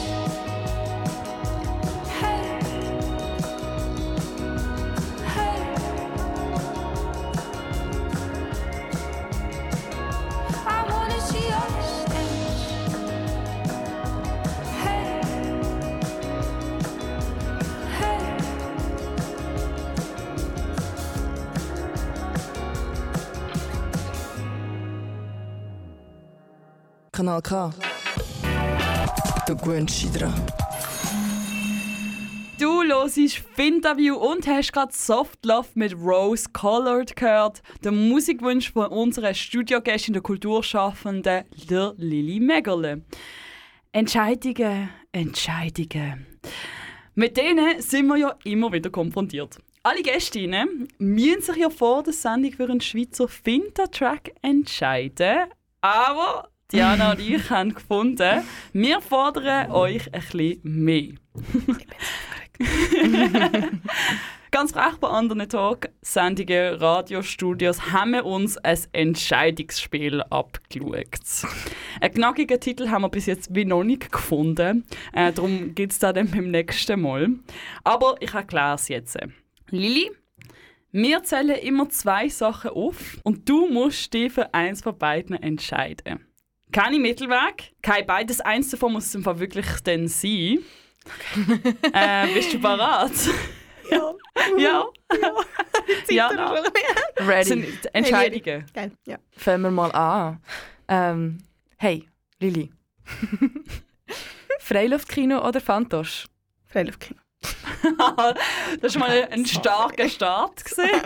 Hey, hey. I wanna see us dance. Hey, hey. Kanal K. Du gewöhnst dich dran. Du hörst Finterview und hast gerade Soft Love mit Rose Colored gehört. Der Musikwunsch von unserer Studiogästin der Kulturschaffenden, der Lili Megerle. Entscheidungen, Entscheidungen. Mit denen sind wir ja immer wieder konfrontiert. Alle Gästinnen müssen sich ja vor der Sendung für einen Schweizer Finter-Track entscheiden. Aber Diana und ich haben gefunden, wir fordern euch ein bisschen mehr. Ganz frech bei anderen Talk-Sendungen, Radiostudios haben wir uns ein Entscheidungsspiel abgeschaut. Einen knackigen Titel haben wir bis jetzt wie noch nicht gefunden. Äh, darum gibt es das dann beim nächsten Mal. Aber ich erkläre es jetzt. Lili, wir zählen immer zwei Sachen auf und du musst dich für eins von beiden entscheiden. Keine Mittelweg, kein beides. Eins davon muss es im Fall wirklich dann sein. Okay. Äh, bist du bereit? Ja. Ja. Ja. Ja, Ja. das Ready. sind Entscheidungen. Geil, ja. Fangen wir mal an. Ähm, hey, Lili. Freiluftkino oder Fantosch? Freiluftkino. Das war mal ein starker Start.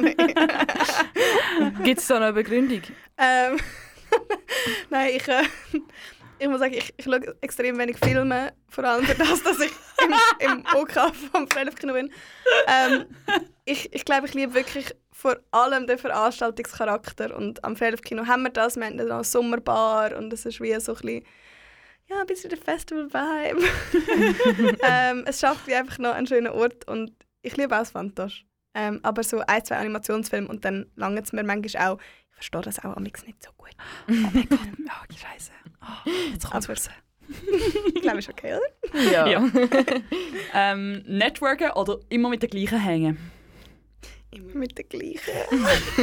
Gibt es da noch eine Begründung? Ähm, Nein, ich, äh, ich muss sagen, ich, ich schaue extrem wenig Filme, vor allem für das, dass ich im, im O K vom Freiluftkino bin. Ähm, ich, ich glaube, ich liebe wirklich vor allem den Veranstaltungscharakter und am Freiluftkino haben wir das, wir haben dann auch eine Sommerbar und es ist wie so ein bisschen, ja, ein bisschen der Festival-Vibe. ähm, es schafft wie einfach noch einen schönen Ort und ich liebe auch das Fantosch. Ähm, aber so ein, zwei Animationsfilme und dann lange es mir manchmal auch, ich verstehe das auch amigs nicht so gut. Oh mein Gott, oh, die Scheiße. Oh, jetzt kommt's raus. Ich glaube, ist okay, oder? Ja. Ja. ähm, Networken oder immer mit den gleichen hängen? Immer mit der gleichen. Ich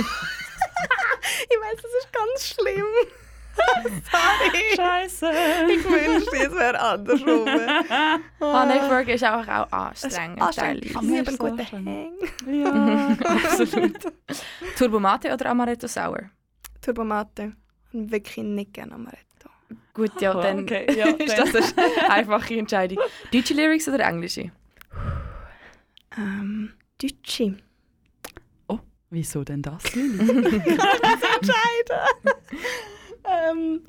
weiß, das ist ganz schlimm. Sorry. Scheiße. Ich wünschte, es wäre andersrum. Ah, Network ist auch, auch anstrengend. Anstrengend. Ich teilweise. liebe einen guten Hang. Ja. Absolut. Turbomate oder Amaretto Sour? Turbomate. Und wirklich nicht gerne Amaretto. Gut, ja, Oh, dann okay, ja, ist dann. das eine einfache Entscheidung. Deutsche Lyrics oder englische? Ähm, Deutsche. Wieso denn das? Ich kann das entscheiden. ähm,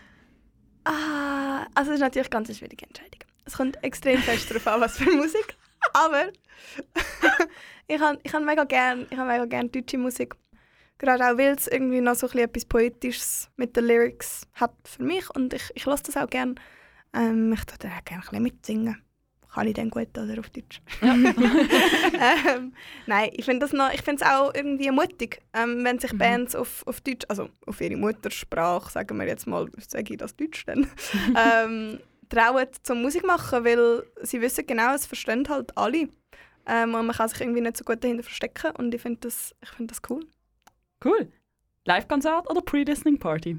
ah, also es ist natürlich ganz eine schwierige Entscheidung. Es kommt extrem fest darauf an, was für Musik. Aber ich habe ich hab mega gerne ich hab mega gern deutsche Musik. Gerade auch, weil es irgendwie noch so ein bisschen etwas Poetisches mit den Lyrics hat für mich. Und ich, ich höre das auch gerne. Ähm, ich würde auch gerne ein bisschen mitsingen. Kann ich dann gut oder auf Deutsch? Ja. ähm, nein, ich finde es auch irgendwie mutig, ähm, wenn sich mhm. Bands auf, auf Deutsch, also auf ihre Muttersprache, sagen wir jetzt mal, sage ich das Deutsch dann, ähm, trauen zum Musik machen, weil sie wissen genau, es verstehen halt alle. Ähm, und man kann sich irgendwie nicht so gut dahinter verstecken und ich finde das, ich find das cool. Cool. Live-Konzert oder Pre-Listening-Party?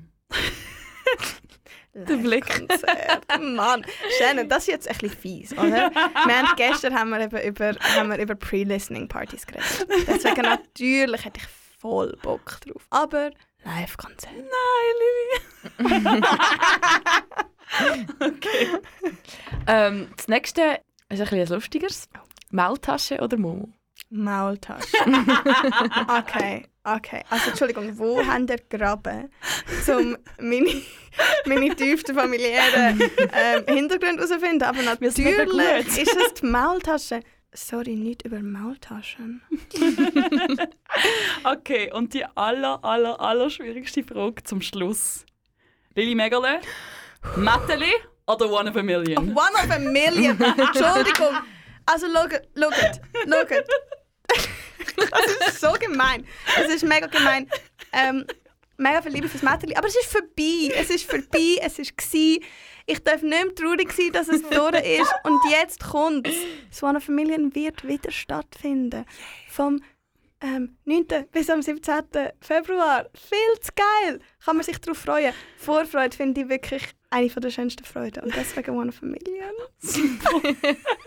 Der Blick. Mann, Shannon, das ist jetzt ein bisschen fies, oder? Wir haben, gestern haben wir eben über, haben wir über Pre-Listening-Partys geredet. Deswegen natürlich hätte ich voll Bock drauf. Aber Live-Konzert. Nein, Lili. Okay. Ähm, das nächste ist ein bisschen ein lustigeres. Maultasche oder Momo? Maultasche. Okay, okay. Also Entschuldigung, wo habt ihr graben, um meine, meine tiefsten familiären ähm, Hintergründe herauszufinden? Aber natürlich ist es die Maultasche. Sorry, nicht über Maultaschen. Okay, und die aller, aller, aller schwierigste Frage zum Schluss. Lili Megerle, Matteli oder One of a Million? One of a Million! Entschuldigung. Also schaut, schaut, schaut. Das ist so gemein. Es ist mega gemein. Ähm, mega viel Liebe fürs Mädchen. Aber es ist vorbei. Es ist vorbei. Es ist gsi. Ich darf nicht mehr traurig sein, dass es durch ist. Und jetzt kommt es. Das One of a Million wird wieder stattfinden. Vom ähm, neunten bis am siebzehnten Februar. Viel zu geil. Kann man sich darauf freuen. Vorfreude finde ich wirklich eine der schönsten Freuden. Und deswegen One of a Million.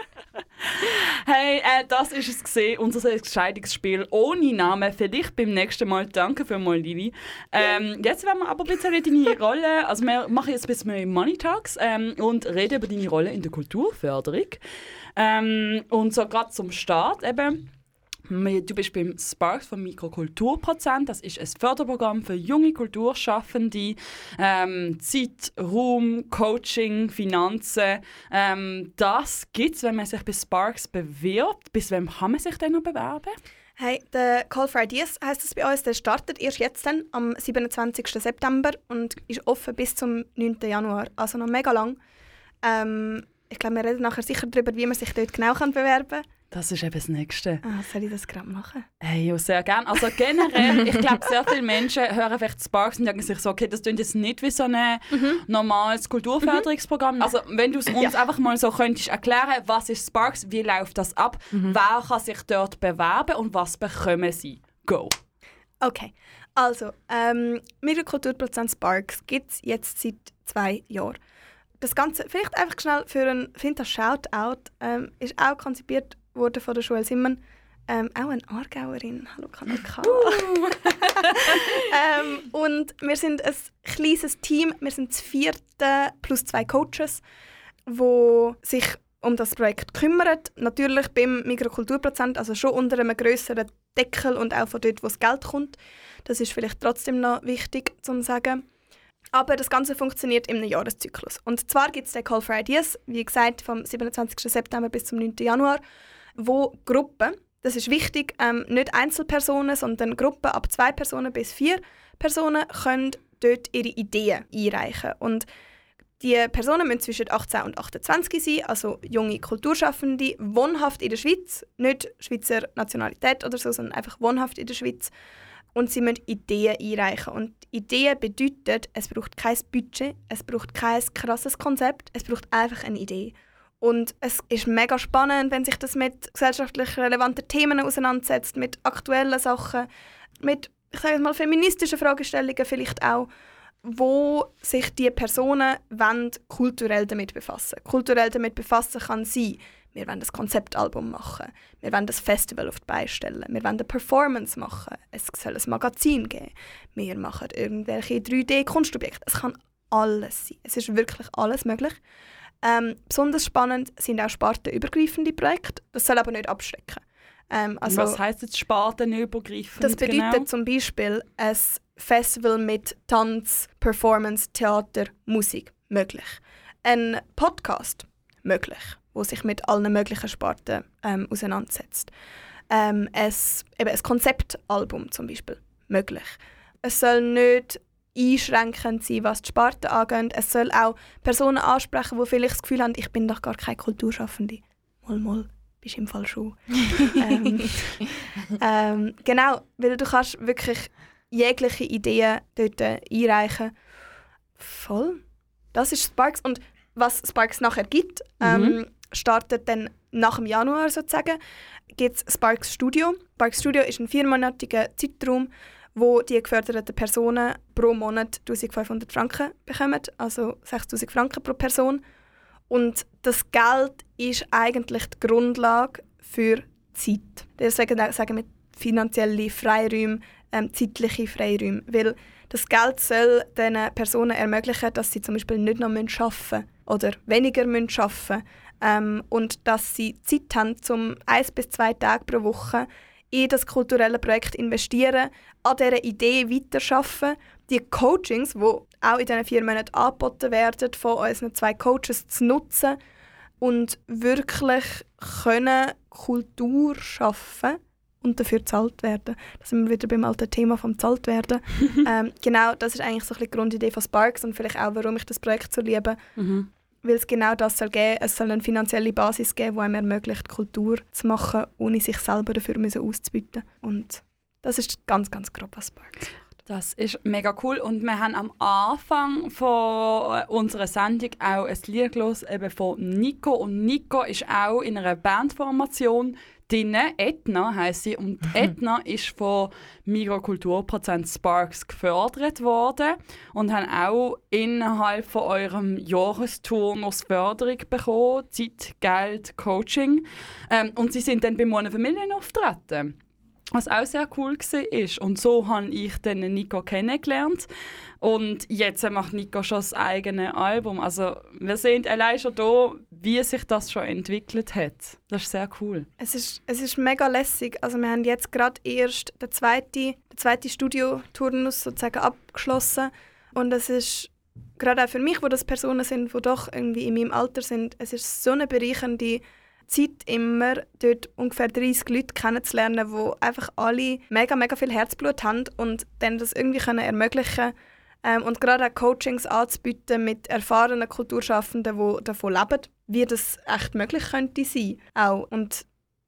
Hey, äh, das ist es gesehen, unser Entscheidungsspiel ohne Namen. Für dich beim nächsten Mal. Danke vielmals, Lili. Ähm, jetzt werden wir aber ein bisschen deine Rolle, also wir machen jetzt ein bisschen Money Talks ähm, und reden über deine Rolle in der Kulturförderung. Ähm, und so gerade zum Start eben. Du bist beim Sparks vom Mikrokulturprozent. Das ist ein Förderprogramm für junge Kulturschaffende. Ähm, Zeit, Raum, Coaching, Finanzen. Ähm, das gibt es, wenn man sich bei Sparks bewirbt. Bis wann kann man sich denn noch bewerben? Hey, der Call for Ideas heisst es bei uns. Der startet erst jetzt dann, am siebenundzwanzigsten September und ist offen bis zum neunten Januar. Also noch mega lang. Ähm, ich glaube, wir reden nachher sicher darüber, wie man sich dort genau bewerben kann. Das ist eben das Nächste. Ah, soll ich das gerade machen? Hey, ja, sehr gerne. Also generell, ich glaube, sehr viele Menschen hören vielleicht Sparks und denken sich so, okay, das klingt jetzt nicht wie so ein mhm. normales Kulturförderungsprogramm. Mhm. Also wenn du es uns ja. einfach mal so könntest erklären, was ist Sparks, wie läuft das ab, mhm. wer kann sich dort bewerben und was bekommen sie? Go! Okay, also ähm, Mikrokulturprozent Sparks gibt es jetzt seit zwei Jahren. Das Ganze, vielleicht einfach schnell für ein Finta Shoutout, ähm, ist auch konzipiert worden von der Joelle Simmen. Ähm, auch eine Aargauerin. Hallo Kanal K. Uh. ähm, und wir sind ein kleines Team. Wir sind das vierte plus zwei Coaches, die sich um das Projekt kümmern. Natürlich beim Mikrokulturprozent, also schon unter einem grösseren Deckel und auch von dort, wo das Geld kommt. Das ist vielleicht trotzdem noch wichtig zu sagen. Aber das Ganze funktioniert in einem Jahreszyklus. Und zwar gibt es den Call for Ideas, wie gesagt, vom siebenundzwanzigsten September bis zum neunten Januar, wo Gruppen, das ist wichtig, ähm, nicht Einzelpersonen, sondern Gruppen ab zwei Personen bis vier Personen können dort ihre Ideen einreichen. Und die Personen müssen zwischen achtzehn und achtundzwanzig sein, also junge Kulturschaffende, wohnhaft in der Schweiz, nicht Schweizer Nationalität oder so, sondern einfach wohnhaft in der Schweiz. Und sie müssen Ideen einreichen. Und Ideen bedeutet, es braucht kein Budget, es braucht kein krasses Konzept, es braucht einfach eine Idee. Und es ist mega spannend, wenn sich das mit gesellschaftlich relevanten Themen auseinandersetzt, mit aktuellen Sachen, mit, ich sage mal, feministischen Fragestellungen vielleicht auch, wo sich die Personen wollen, kulturell damit befassen. Kulturell damit befassen kann sein, wir wollen ein Konzeptalbum machen, wir wollen ein Festival auf die Beine stellen, wir wollen eine Performance machen, es soll ein Magazin geben, wir machen irgendwelche drei D-Kunstobjekte. Es kann alles sein. Es ist wirklich alles möglich. Ähm, besonders spannend sind auch spartenübergreifende Projekte. Das soll aber nicht abschrecken. Ähm, also, was heisst jetzt spartenübergreifend? Das bedeutet genau? zum Beispiel ein Festival mit Tanz, Performance, Theater, Musik möglich. Ein Podcast möglich, wo sich mit allen möglichen Sparten ähm, auseinandersetzt. Ähm, ein, eben ein Konzeptalbum zum Beispiel möglich. Es soll nicht einschränkend sein, was die Sparten angeht. Es soll auch Personen ansprechen, die vielleicht das Gefühl haben, ich bin doch gar keine Kulturschaffende. Mal, mal, bist im Fall schon. ähm, ähm, genau, weil du kannst wirklich jegliche Ideen dort einreichen. Voll. Das ist Sparks. Und was Sparks nachher gibt, ähm, mhm. startet dann nach dem Januar sozusagen, gibt es Sparks Studio. Sparks Studio ist ein viermonatiger Zeitraum, wo die geförderten Personen pro Monat eintausendfünfhundert Franken bekommen, also sechstausend Franken pro Person. Und das Geld ist eigentlich die Grundlage für Zeit. Deswegen sagen wir finanzielle Freiräume, ähm, zeitliche Freiräume. Weil das Geld soll den Personen ermöglichen, dass sie zum Beispiel nicht noch arbeiten müssen oder weniger arbeiten müssen. Ähm, und dass sie Zeit haben, um eins bis zwei Tage pro Woche in das kulturelle Projekt investieren, an dieser Idee weiterarbeiten, die Coachings, die auch in diesen vier Monaten angeboten werden, von unseren zwei Coaches zu nutzen und wirklich können Kultur schaffen und dafür bezahlt werden. Da sind wir wieder beim alten Thema vom bezahlt werden. ähm, genau, das ist eigentlich so ein bisschen die Grundidee von Sparks und vielleicht auch, warum ich das Projekt so liebe. Mhm. Weil es genau das soll geben. Es soll eine finanzielle Basis geben, die einem ermöglicht, Kultur zu machen, ohne sich selber dafür auszubieten. Und das ist ganz, ganz grob, was Sparks macht. Das ist mega cool. Und wir haben am Anfang von unserer Sendung auch ein Lied gehört, eben von Nico. Und Nico ist auch in einer Bandformation drin. Etna heisst sie. Und Etna ist von Mikrokulturprozent Sparks gefördert worden und haben auch innerhalb von eurem Jahresturnus Förderung bekommen. Zeit, Geld, Coaching. Ähm, und sie sind dann bei Mona Familien auftreten. Was auch sehr cool war. Und so habe ich dann Nico kennengelernt. Und jetzt macht Nico schon das eigene Album. Also wir sehen allein schon hier, wie sich das schon entwickelt hat. Das ist sehr cool. Es ist, es ist mega lässig. Also wir haben jetzt gerade erst den zweiten, den zweiten Studioturnus sozusagen abgeschlossen. Und es ist gerade auch für mich, wo das Personen sind, die doch irgendwie in meinem Alter sind, es ist so eine bereichernde Zeit immer, dort ungefähr dreißig Leute kennenzulernen, die einfach alle mega, mega viel Herzblut haben und dann das irgendwie können ermöglichen ähm, und gerade auch Coachings anzubieten mit erfahrenen Kulturschaffenden, die davon leben, wie das echt möglich könnte sein. Auch. Und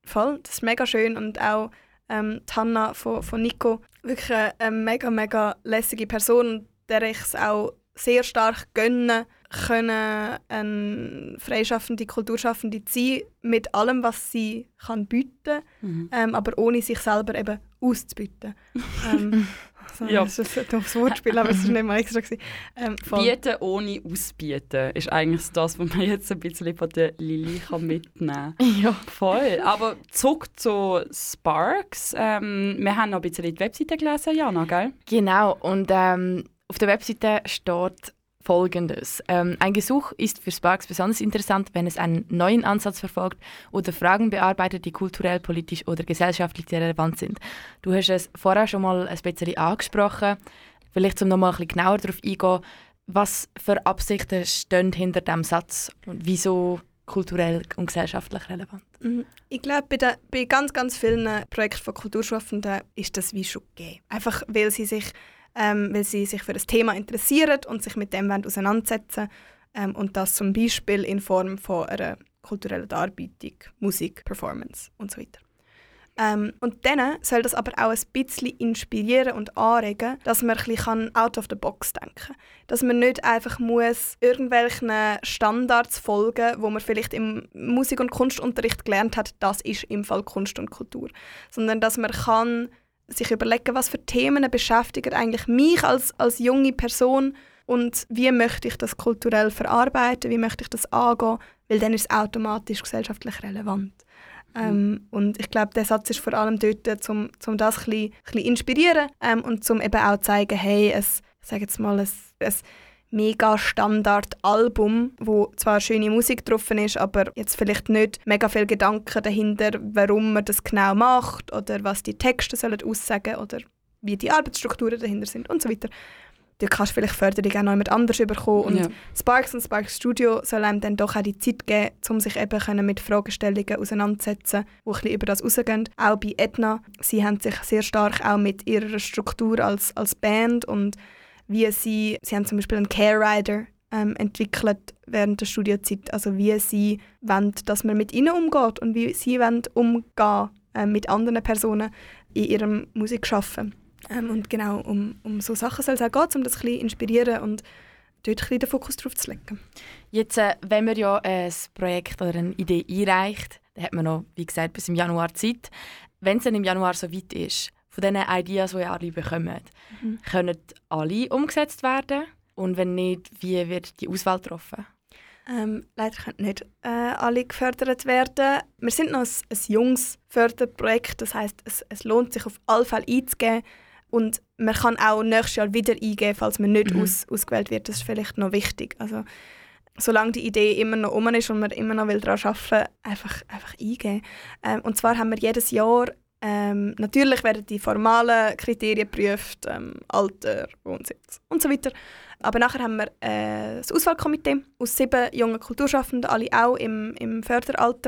Voll, das ist mega schön und auch ähm, die Hanna von, von Nico, wirklich eine, eine mega, mega lässige Person, der ich es auch sehr stark gönne, können eine freischaffende, kulturschaffende sein, mit allem, was sie kann bieten Mhm. ähm, aber ohne sich selber eben auszubieten. ähm, so, Ja. Das ist ein doofes Wortspiel, aber es war nicht mal extra. gewesen. Ähm, voll. Bieten ohne ausbieten ist eigentlich das, was man jetzt ein bisschen von der Lili kann mitnehmen kann. Ja. Voll. Aber zurück zu Sparks. Ähm, wir haben noch ein bisschen die Webseite gelesen, Jana, gell? Genau, und ähm, auf der Webseite steht Folgendes. Ähm, ein Gesuch ist für Sparks besonders interessant, wenn es einen neuen Ansatz verfolgt oder Fragen bearbeitet, die kulturell, politisch oder gesellschaftlich relevant sind. Du hast es vorher schon mal ein bisschen angesprochen. Vielleicht, um noch mal ein bisschen genauer darauf eingehen, was für Absichten stehen hinter diesem Satz und wieso kulturell und gesellschaftlich relevant? Mhm. Ich glaube, bei, den- bei ganz, ganz vielen Projekten von Kulturschaffenden ist das wie schon gegeben. Einfach, weil sie sich, ähm, weil sie sich für das Thema interessieren und sich mit dem wollen auseinandersetzen ähm, und das zum Beispiel in Form von einer kulturellen Darbietung, Musik, Performance und so weiter. Ähm, und dann soll das aber auch ein bisschen inspirieren und anregen, dass man ein bisschen out of the box denken kann. Dass man nicht einfach muss irgendwelchen Standards folgen, wo man vielleicht im Musik- und Kunstunterricht gelernt hat, das ist im Fall Kunst und Kultur. Sondern dass man kann sich überlegen, was für Themen beschäftigen eigentlich mich als, als junge Person und wie möchte ich das kulturell verarbeiten, wie möchte ich das angehen, weil dann ist es automatisch gesellschaftlich relevant. Ähm, und ich glaube, der Satz ist vor allem dort, um, um das ein bisschen, ein bisschen inspirieren ähm, und um eben auch zu zeigen, hey, es, ich sage jetzt mal, ein, ein mega Standard-Album, wo zwar schöne Musik drauf ist, aber jetzt vielleicht nicht mega viel Gedanken dahinter, warum man das genau macht oder was die Texte sollen aussagen oder wie die Arbeitsstrukturen dahinter sind und so weiter. Du kannst vielleicht Förderung auch noch jemand anders bekommen. Und Ja. Sparks und Sparks Studio soll einem dann doch auch die Zeit geben, um sich eben können mit Fragestellungen auseinanderzusetzen, die ein bisschen über das rausgehen. Auch bei Edna, sie haben sich sehr stark auch mit ihrer Struktur als, als Band und wie sie, sie haben zum Beispiel einen Care Rider ähm, entwickelt während der Studiozeit, also wie sie wollen, dass man mit ihnen umgeht und wie sie wollen umgehen äh, mit anderen Personen in ihrem Musikschaffen. Ähm, und genau um, um so Sachen soll es auch gehen, um das ein bisschen inspirieren und dort ein bisschen den Fokus drauf zu legen. Jetzt, äh, wenn man ja ein Projekt oder eine Idee einreicht, dann hat man noch, wie gesagt, bis im Januar Zeit. Wenn es dann im Januar so weit ist, von diesen Ideas, die ihr alle bekommt, Mhm. können alle umgesetzt werden? Und wenn nicht, wie wird die Auswahl getroffen? Ähm, leider können nicht äh, alle gefördert werden. Wir sind noch ein, ein junges Förderprojekt, das heisst, es, es lohnt sich auf alle Fälle einzugeben. Und man kann auch nächstes Jahr wieder eingeben, falls man nicht Mhm. aus, ausgewählt wird. Das ist vielleicht noch wichtig. Also, solange die Idee immer noch um ist und man immer noch will daran arbeiten will, einfach, einfach eingeben. Ähm, und zwar haben wir jedes Jahr, ähm, natürlich werden die formalen Kriterien geprüft, ähm, Alter, Wohnsitz und so weiter. Aber nachher haben wir äh, das Auswahlkomitee aus sieben jungen Kulturschaffenden, alle auch im, im Förderalter,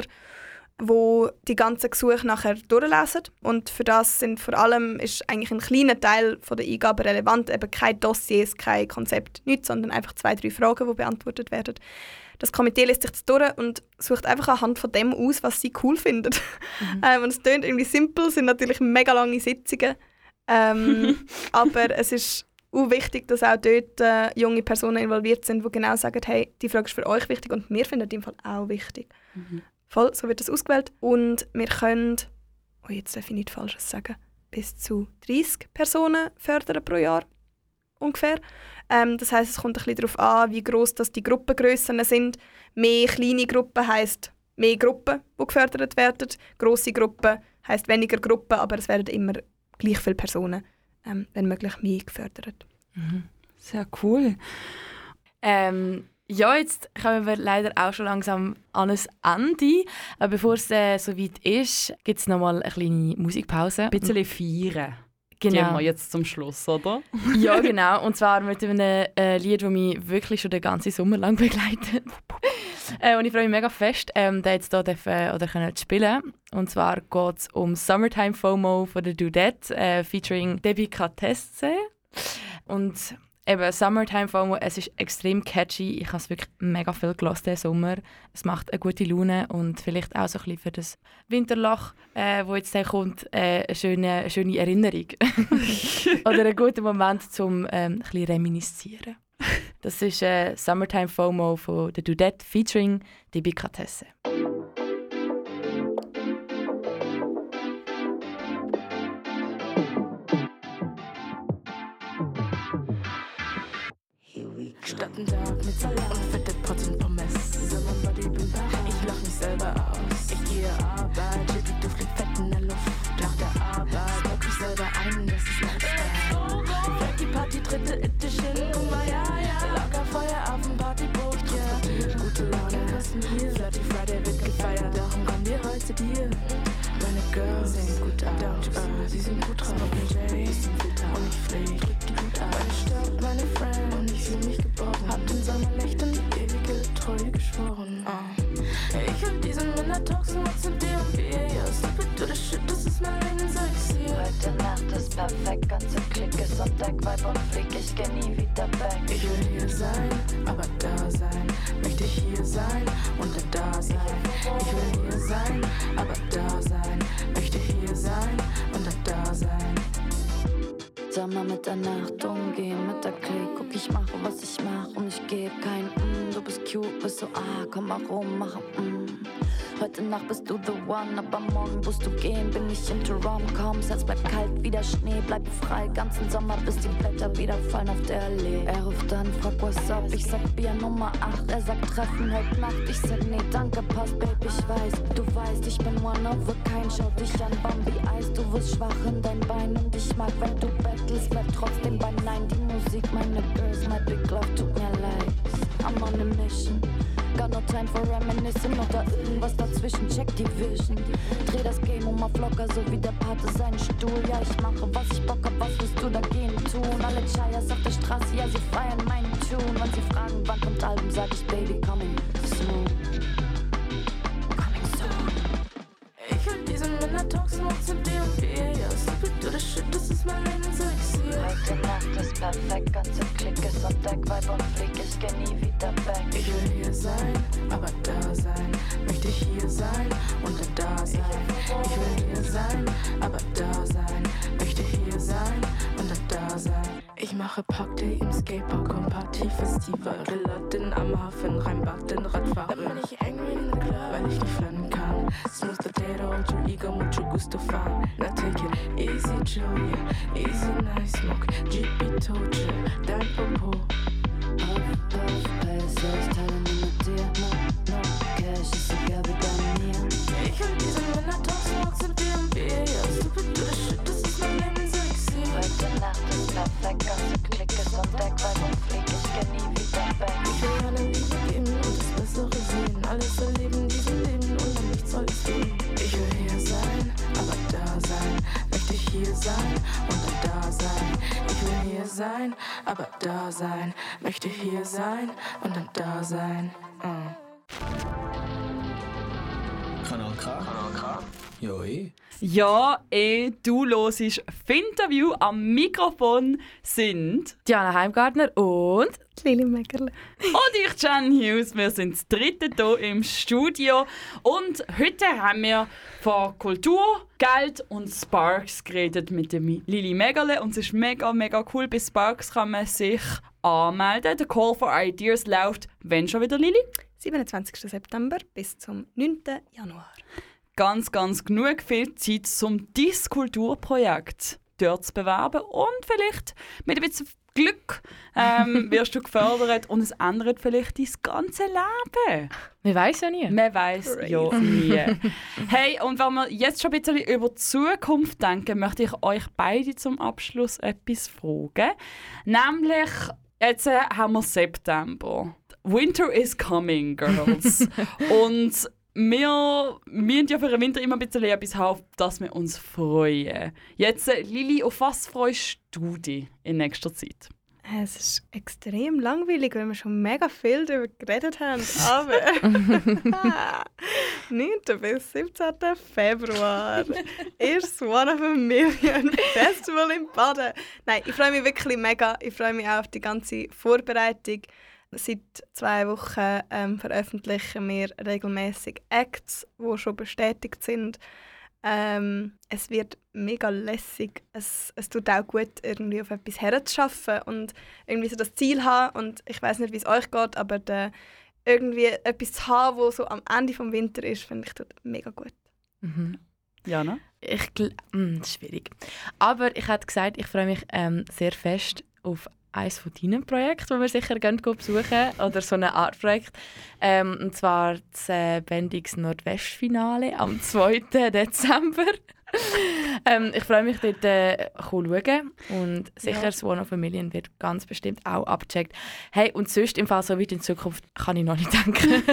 wo die ganzen Gesuche nachher durchlesen. Und für das sind vor allem ist eigentlich ein kleiner Teil von der Eingabe relevant, eben keine Dossiers, kein Konzept, nichts, sondern einfach zwei, drei Fragen, die beantwortet werden. Das Komitee lässt sich das durch und sucht einfach anhand von dem aus, was sie cool finden. Mhm. ähm, und es klingt irgendwie simpel, es sind natürlich mega lange Sitzungen, ähm, aber es ist auch wichtig, dass auch dort äh, junge Personen involviert sind, die genau sagen, hey, die Frage ist für euch wichtig und wir finden die im Fall auch wichtig. Mhm. Voll, so wird das ausgewählt. Und wir können, oh jetzt darf ich nicht Falsches sagen, bis zu dreissig Personen fördern pro Jahr ungefähr. Ähm, das heisst, es kommt ein bisschen darauf an, wie gross das die Gruppengrössen sind. Mehr kleine Gruppen heisst mehr Gruppen, die gefördert werden. Grosse Gruppen heisst weniger Gruppen, aber es werden immer gleich viele Personen, ähm, wenn möglich, mehr gefördert. Sehr cool. Ähm, ja, jetzt kommen wir leider auch schon langsam an ein Ende. Aber bevor es äh, so weit ist, gibt es noch mal eine kleine Musikpause. Ein bisschen feiern. Gehen Genau. wir jetzt zum Schluss, oder? Ja, genau. Und zwar mit einem äh, Lied, das mich wirklich schon den ganzen Sommer lang begleitet. äh, und ich freue mich mega fest, ähm, den jetzt hier dürfen, oder können spielen. Und zwar geht es um Summertime FOMO von der Dudette, äh, featuring Debbie Katesse. Und eben Summertime FOMO, es ist extrem catchy. Ich habe es wirklich mega viel gehört diesen Sommer. Es macht eine gute Laune und vielleicht auch so ein bisschen für das Winterloch, äh, wo jetzt dann kommt, äh, eine, schöne, eine schöne Erinnerung. Oder einen guten Moment zum ähm, ein bisschen reminiszieren. Das ist äh, Summertime FOMO von der Dudette featuring Delikatesse. Statt ein Tag mit Salat und fette Pots und Pommes. Sondern Bodybuilder, ich lach mich selber aus. Ich gehe Arbeit, Chicky, du fliegt fett in der Luft. Nach der Arbeit, smoke mich selber ein, das ist mein Style. Fällt die Party, dritte Edition, guck mal, ja, ja. Lagerfeuer auf dem Partyboot, ja. Yeah. Gute Laune, das mir. Flirty Friday wird gefeiert, darum kommen wir heute dir. Meine Girls sehen gut aus, down to earth, sie sind gut drauf. Jay, bisschen Filter und ich flieg, drück die gut aus. Meine Stadt, meine Friend und ich fühl mich geborgen. Hab den Sommernächten ewige Treue geschworen. Uh. Ich will diesen Männer-Talks nur zu dir und wir. Ja, stupid to the shit, das ist mein Leben, sag ich dir. Heute Nacht ist perfekt, ganze Clique ist on deck, Vibe und flieg, ich geh nie wieder back. Ich will hier sein, aber da sein. Möchte ich hier sein und dann da sein. Ich will hier sein, aber da sein. Möchte hier sein und dann da sein. Sommer mit der Nacht umgehen, mit der Clique. Guck, ich mache, was ich mach und ich geb kein mm. Du bist cute, bist so ah, komm mal rum, mach mm. Heute Nacht bist du the one, aber morgen musst du gehen. Bin ich into Rom-Coms, es bleibt kalt wie der Schnee. Bleib frei, ganzen Sommer, bis die Blätter wieder fallen auf der Allee. Er ruft an, fragt what's up, ich sag Bier Nummer acht. Er sagt Treffen heute Nacht, ich sag nee, danke, passt, Babe, ich weiß. Du weißt, ich bin one of a kind, schau dich an, Bambi Eis. Du wirst schwach in dein Bein und ich mag, wenn du bettelst, bleib trotzdem bei Nein. Die Musik, meine Girls, my big love, tut mir leid. I'm on a mission. Got no time for reminiscing oder irgendwas dazwischen, check die Vision. Dreh das Game um auf locker, so wie der Pate seinen Stuhl. Ja, ich mache, was ich Bock hab, was willst du dagegen tun? Alle Chayas auf der Straße, ja, sie feiern meinen Tune. Wenn sie fragen, wann kommt Album, sag ich, Baby, coming soon. Coming soon. Ich will diesen Männer-Talks nur zu dir und wir. Ja, stupid to the shit, das ist mein Leben, sag ich dir. Heute Nacht ist perfekt, ganze Clique ist on deck, Vibe und flieg, ich geh nie wieder back. Ich will hier sein, aber da sein. Möchte ich hier sein und dann da sein. Ich will hier sein, aber da sein. Möchte hier sein und dann da sein. Ich mache Parkday im Skatepark und Partyfestival. Geladen am Hafen, Rheinbad, den Radfahrer. Dann bin ich angry in the club, weil ich nicht flannen kann. Smooth potato, alter ego, mucho gusto fan. Now take it easy, Joe, yeah. Easy, nice smoke. G P Toche, dein Popo. Puff, puff, pesos, teilen wir mit dir. No, no, cash ist egal wie bei mir. Ich will diesen Männer-Talks nur zu dir und wir. Ja, stupid to the shit, das ist mein Leben, sag ich dir. Heute Nacht ist perfekt, ganze Clique ist on deck, Vibe und flieg, ich geh nie wieder back. Ich will alle Liebe geben und das Bessere sehen. Alles erleben, diesen Leben und an nichts soll es gehen. Ich will hier sein, aber da sein. Möchte ich hier sein und dann da sein. Ich will hier sein, aber da sein. Möchte hier sein und dann da sein. Mm. Kanal K. Kanal K. Ja, eh. Ja, eh, du hörst Finterview. Am Mikrofon sind Diana Heimgartner und Lili Mägerle. und ich, Jen Hughes. Wir sind das dritte hier im Studio. Und heute haben wir von Kultur, Geld und Sparks geredet mit dem Lili Mägerle. Und es ist mega, mega cool. Bei Sparks kann man sich anmelden. Der Call for Ideas läuft, wenn schon wieder, Lili? siebenundzwanzigsten September bis zum neunten Januar. Ganz, ganz genug viel Zeit, um dein Kulturprojekt dort zu bewerben. Und vielleicht mit ein bisschen Glück ähm, wirst du gefördert und es ändert vielleicht dein ganze Leben. man weiß ja nie. Man weiß ja nie. Hey, und wenn wir jetzt schon ein bisschen über die Zukunft denken, möchte ich euch beide zum Abschluss etwas fragen. Nämlich, jetzt äh, haben wir September. Winter is coming, girls. Und wir müssen ja für den Winter immer ein bisschen etwas haben, auf das wir uns freuen. Jetzt, äh, Lili, auf was freust du dich in nächster Zeit? Es ist extrem langweilig, weil wir schon mega viel darüber geredet haben. Aber neunten bis siebzehnten Februar ist One of a Million Festival in Baden. Nein, ich freue mich wirklich mega. Ich freue mich auch auf die ganze Vorbereitung. Seit zwei Wochen ähm, veröffentlichen wir regelmäßig Acts, die schon bestätigt sind. Ähm, es wird mega lässig. Es, es tut auch gut, irgendwie auf etwas herzuschaffen und irgendwie so das Ziel haben. Und ich weiß nicht, wie es euch geht, aber der, irgendwie etwas zu haben, das so am Ende des Winters ist, finde ich tut mega gut. Mhm. Jana? Ich gl- mm, das ist schwierig. Aber ich hätte gesagt, ich freue mich ähm, sehr fest auf eines von deinen Projekten, das wir sicher gehen besuchen oder so ein Artprojekt. Ähm, und zwar das äh, Bendix Nordwest-Finale am zweiten Dezember. ähm, ich freue mich, dort äh, zu schauen. Und sicher, Ja. das One of a Million wird ganz bestimmt auch abgecheckt. Hey, und sonst im Fall so weit in Zukunft kann ich noch nicht denken.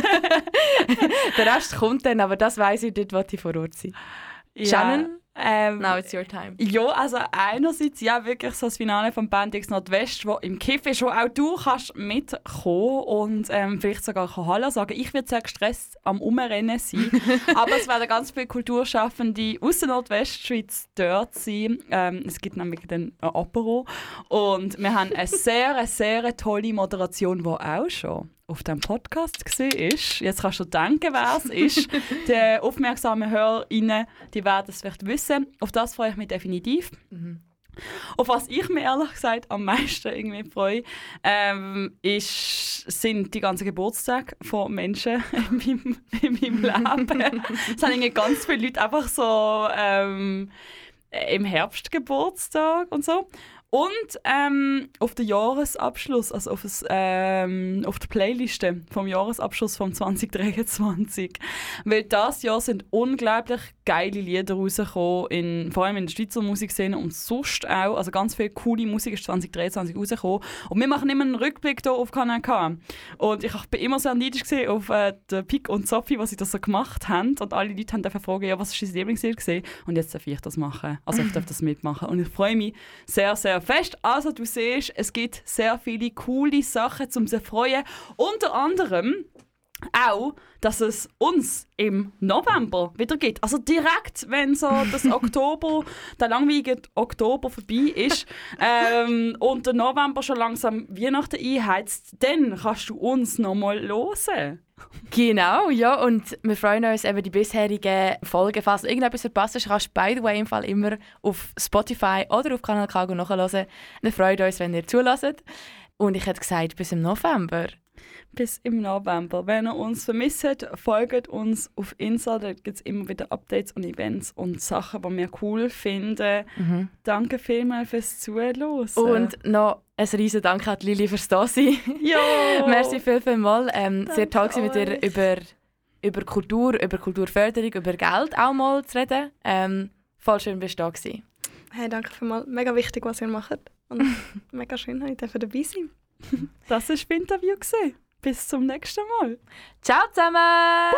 Der Rest kommt dann, aber das weiss ich, dort wollte ich vor Ort sein. Shannon? Ähm, Now it's your time. Ja, also einerseits ja wirklich so das Finale vom Bendix Nordwest, wo im Kiff ist, wo auch du kannst mitkommen und ähm, vielleicht sogar Hallo sagen. Ich werde sehr gestresst am Umrennen sein, aber es werden ganz viele Kulturschaffende aus der Nordwestschweiz dort sein. Ähm, es gibt nämlich den äh, Apero und wir haben eine sehr, eine sehr tolle Moderation, die auch schon auf dem Podcast gesehen ist. Jetzt kannst du denken, wer es ist. Die aufmerksamen HörerInnen, die werden es vielleicht wissen. Auf das freue ich mich definitiv. Mhm. Auf was ich mir ehrlich gesagt am meisten irgendwie freue, ähm, ist, sind die ganzen Geburtstage von Menschen in meinem, in meinem Leben. Es haben irgendwie ganz viele Leute einfach so ähm, im Herbst Geburtstag und so. Und ähm, auf den Jahresabschluss, also auf, das, ähm, auf der Playliste vom Jahresabschluss von zwanzig dreiundzwanzig. Weil dieses Jahr sind unglaublich geile Lieder rausgekommen, in, vor allem in der Schweizer Musikszene und sonst auch. Also ganz viel coole Musik ist zwanzig dreiundzwanzig rausgekommen. Und wir machen immer einen Rückblick hier auf Kanal K. Und ich war immer sehr neidisch auf äh, den Pick und Sophie, was sie das so gemacht haben. Und alle Leute haben dann fragen, ja, was ist dein Lieblingslied gewesen? Und jetzt darf ich das machen. Also ich darf das mitmachen. Und ich freue mich sehr, sehr fest. Also du siehst, es gibt sehr viele coole Sachen um sich zu freuen. Unter anderem auch, dass es uns im November wieder gibt. Also direkt, wenn so das Oktober, der langweilige Oktober vorbei ist ähm, und der November schon langsam Weihnachten einheizt, dann kannst du uns nochmal hören. Genau, ja, und wir freuen uns eben die bisherigen Folgen. Falls du irgendetwas verpasst hast, kannst du by the way im Fall immer auf Spotify oder auf Kanal K nachhören. Wir freuen uns, wenn ihr zuhört. Und ich hätte gesagt, bis im November. Bis im November. Wenn ihr uns vermisst, folgt uns auf Insta. Da gibt es immer wieder Updates und Events und Sachen, die wir cool finden. Mhm. Danke vielmals fürs Zuhören. Und noch ein riesen Dank an Lili fürs Dasein. Ja! Merci viel, viel mal. Ähm, sehr toll Danke gewesen, mit dir über, über Kultur, über Kulturförderung, über Geld auch mal zu reden. Ähm, voll schön, bist du da gewesen. Hey, danke vielmals. Mega wichtig, was ihr macht. Und mega schön, dass ich dabei sein. Das war das Interview. Bis zum nächsten Mal. Ciao zusammen!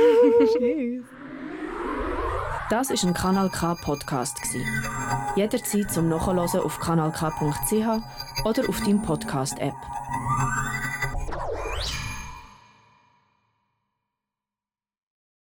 Tschüss. Das war ein Kanal K Podcast. Jederzeit zum Nachhören auf kanal k punkt c h oder auf deinem Podcast-App.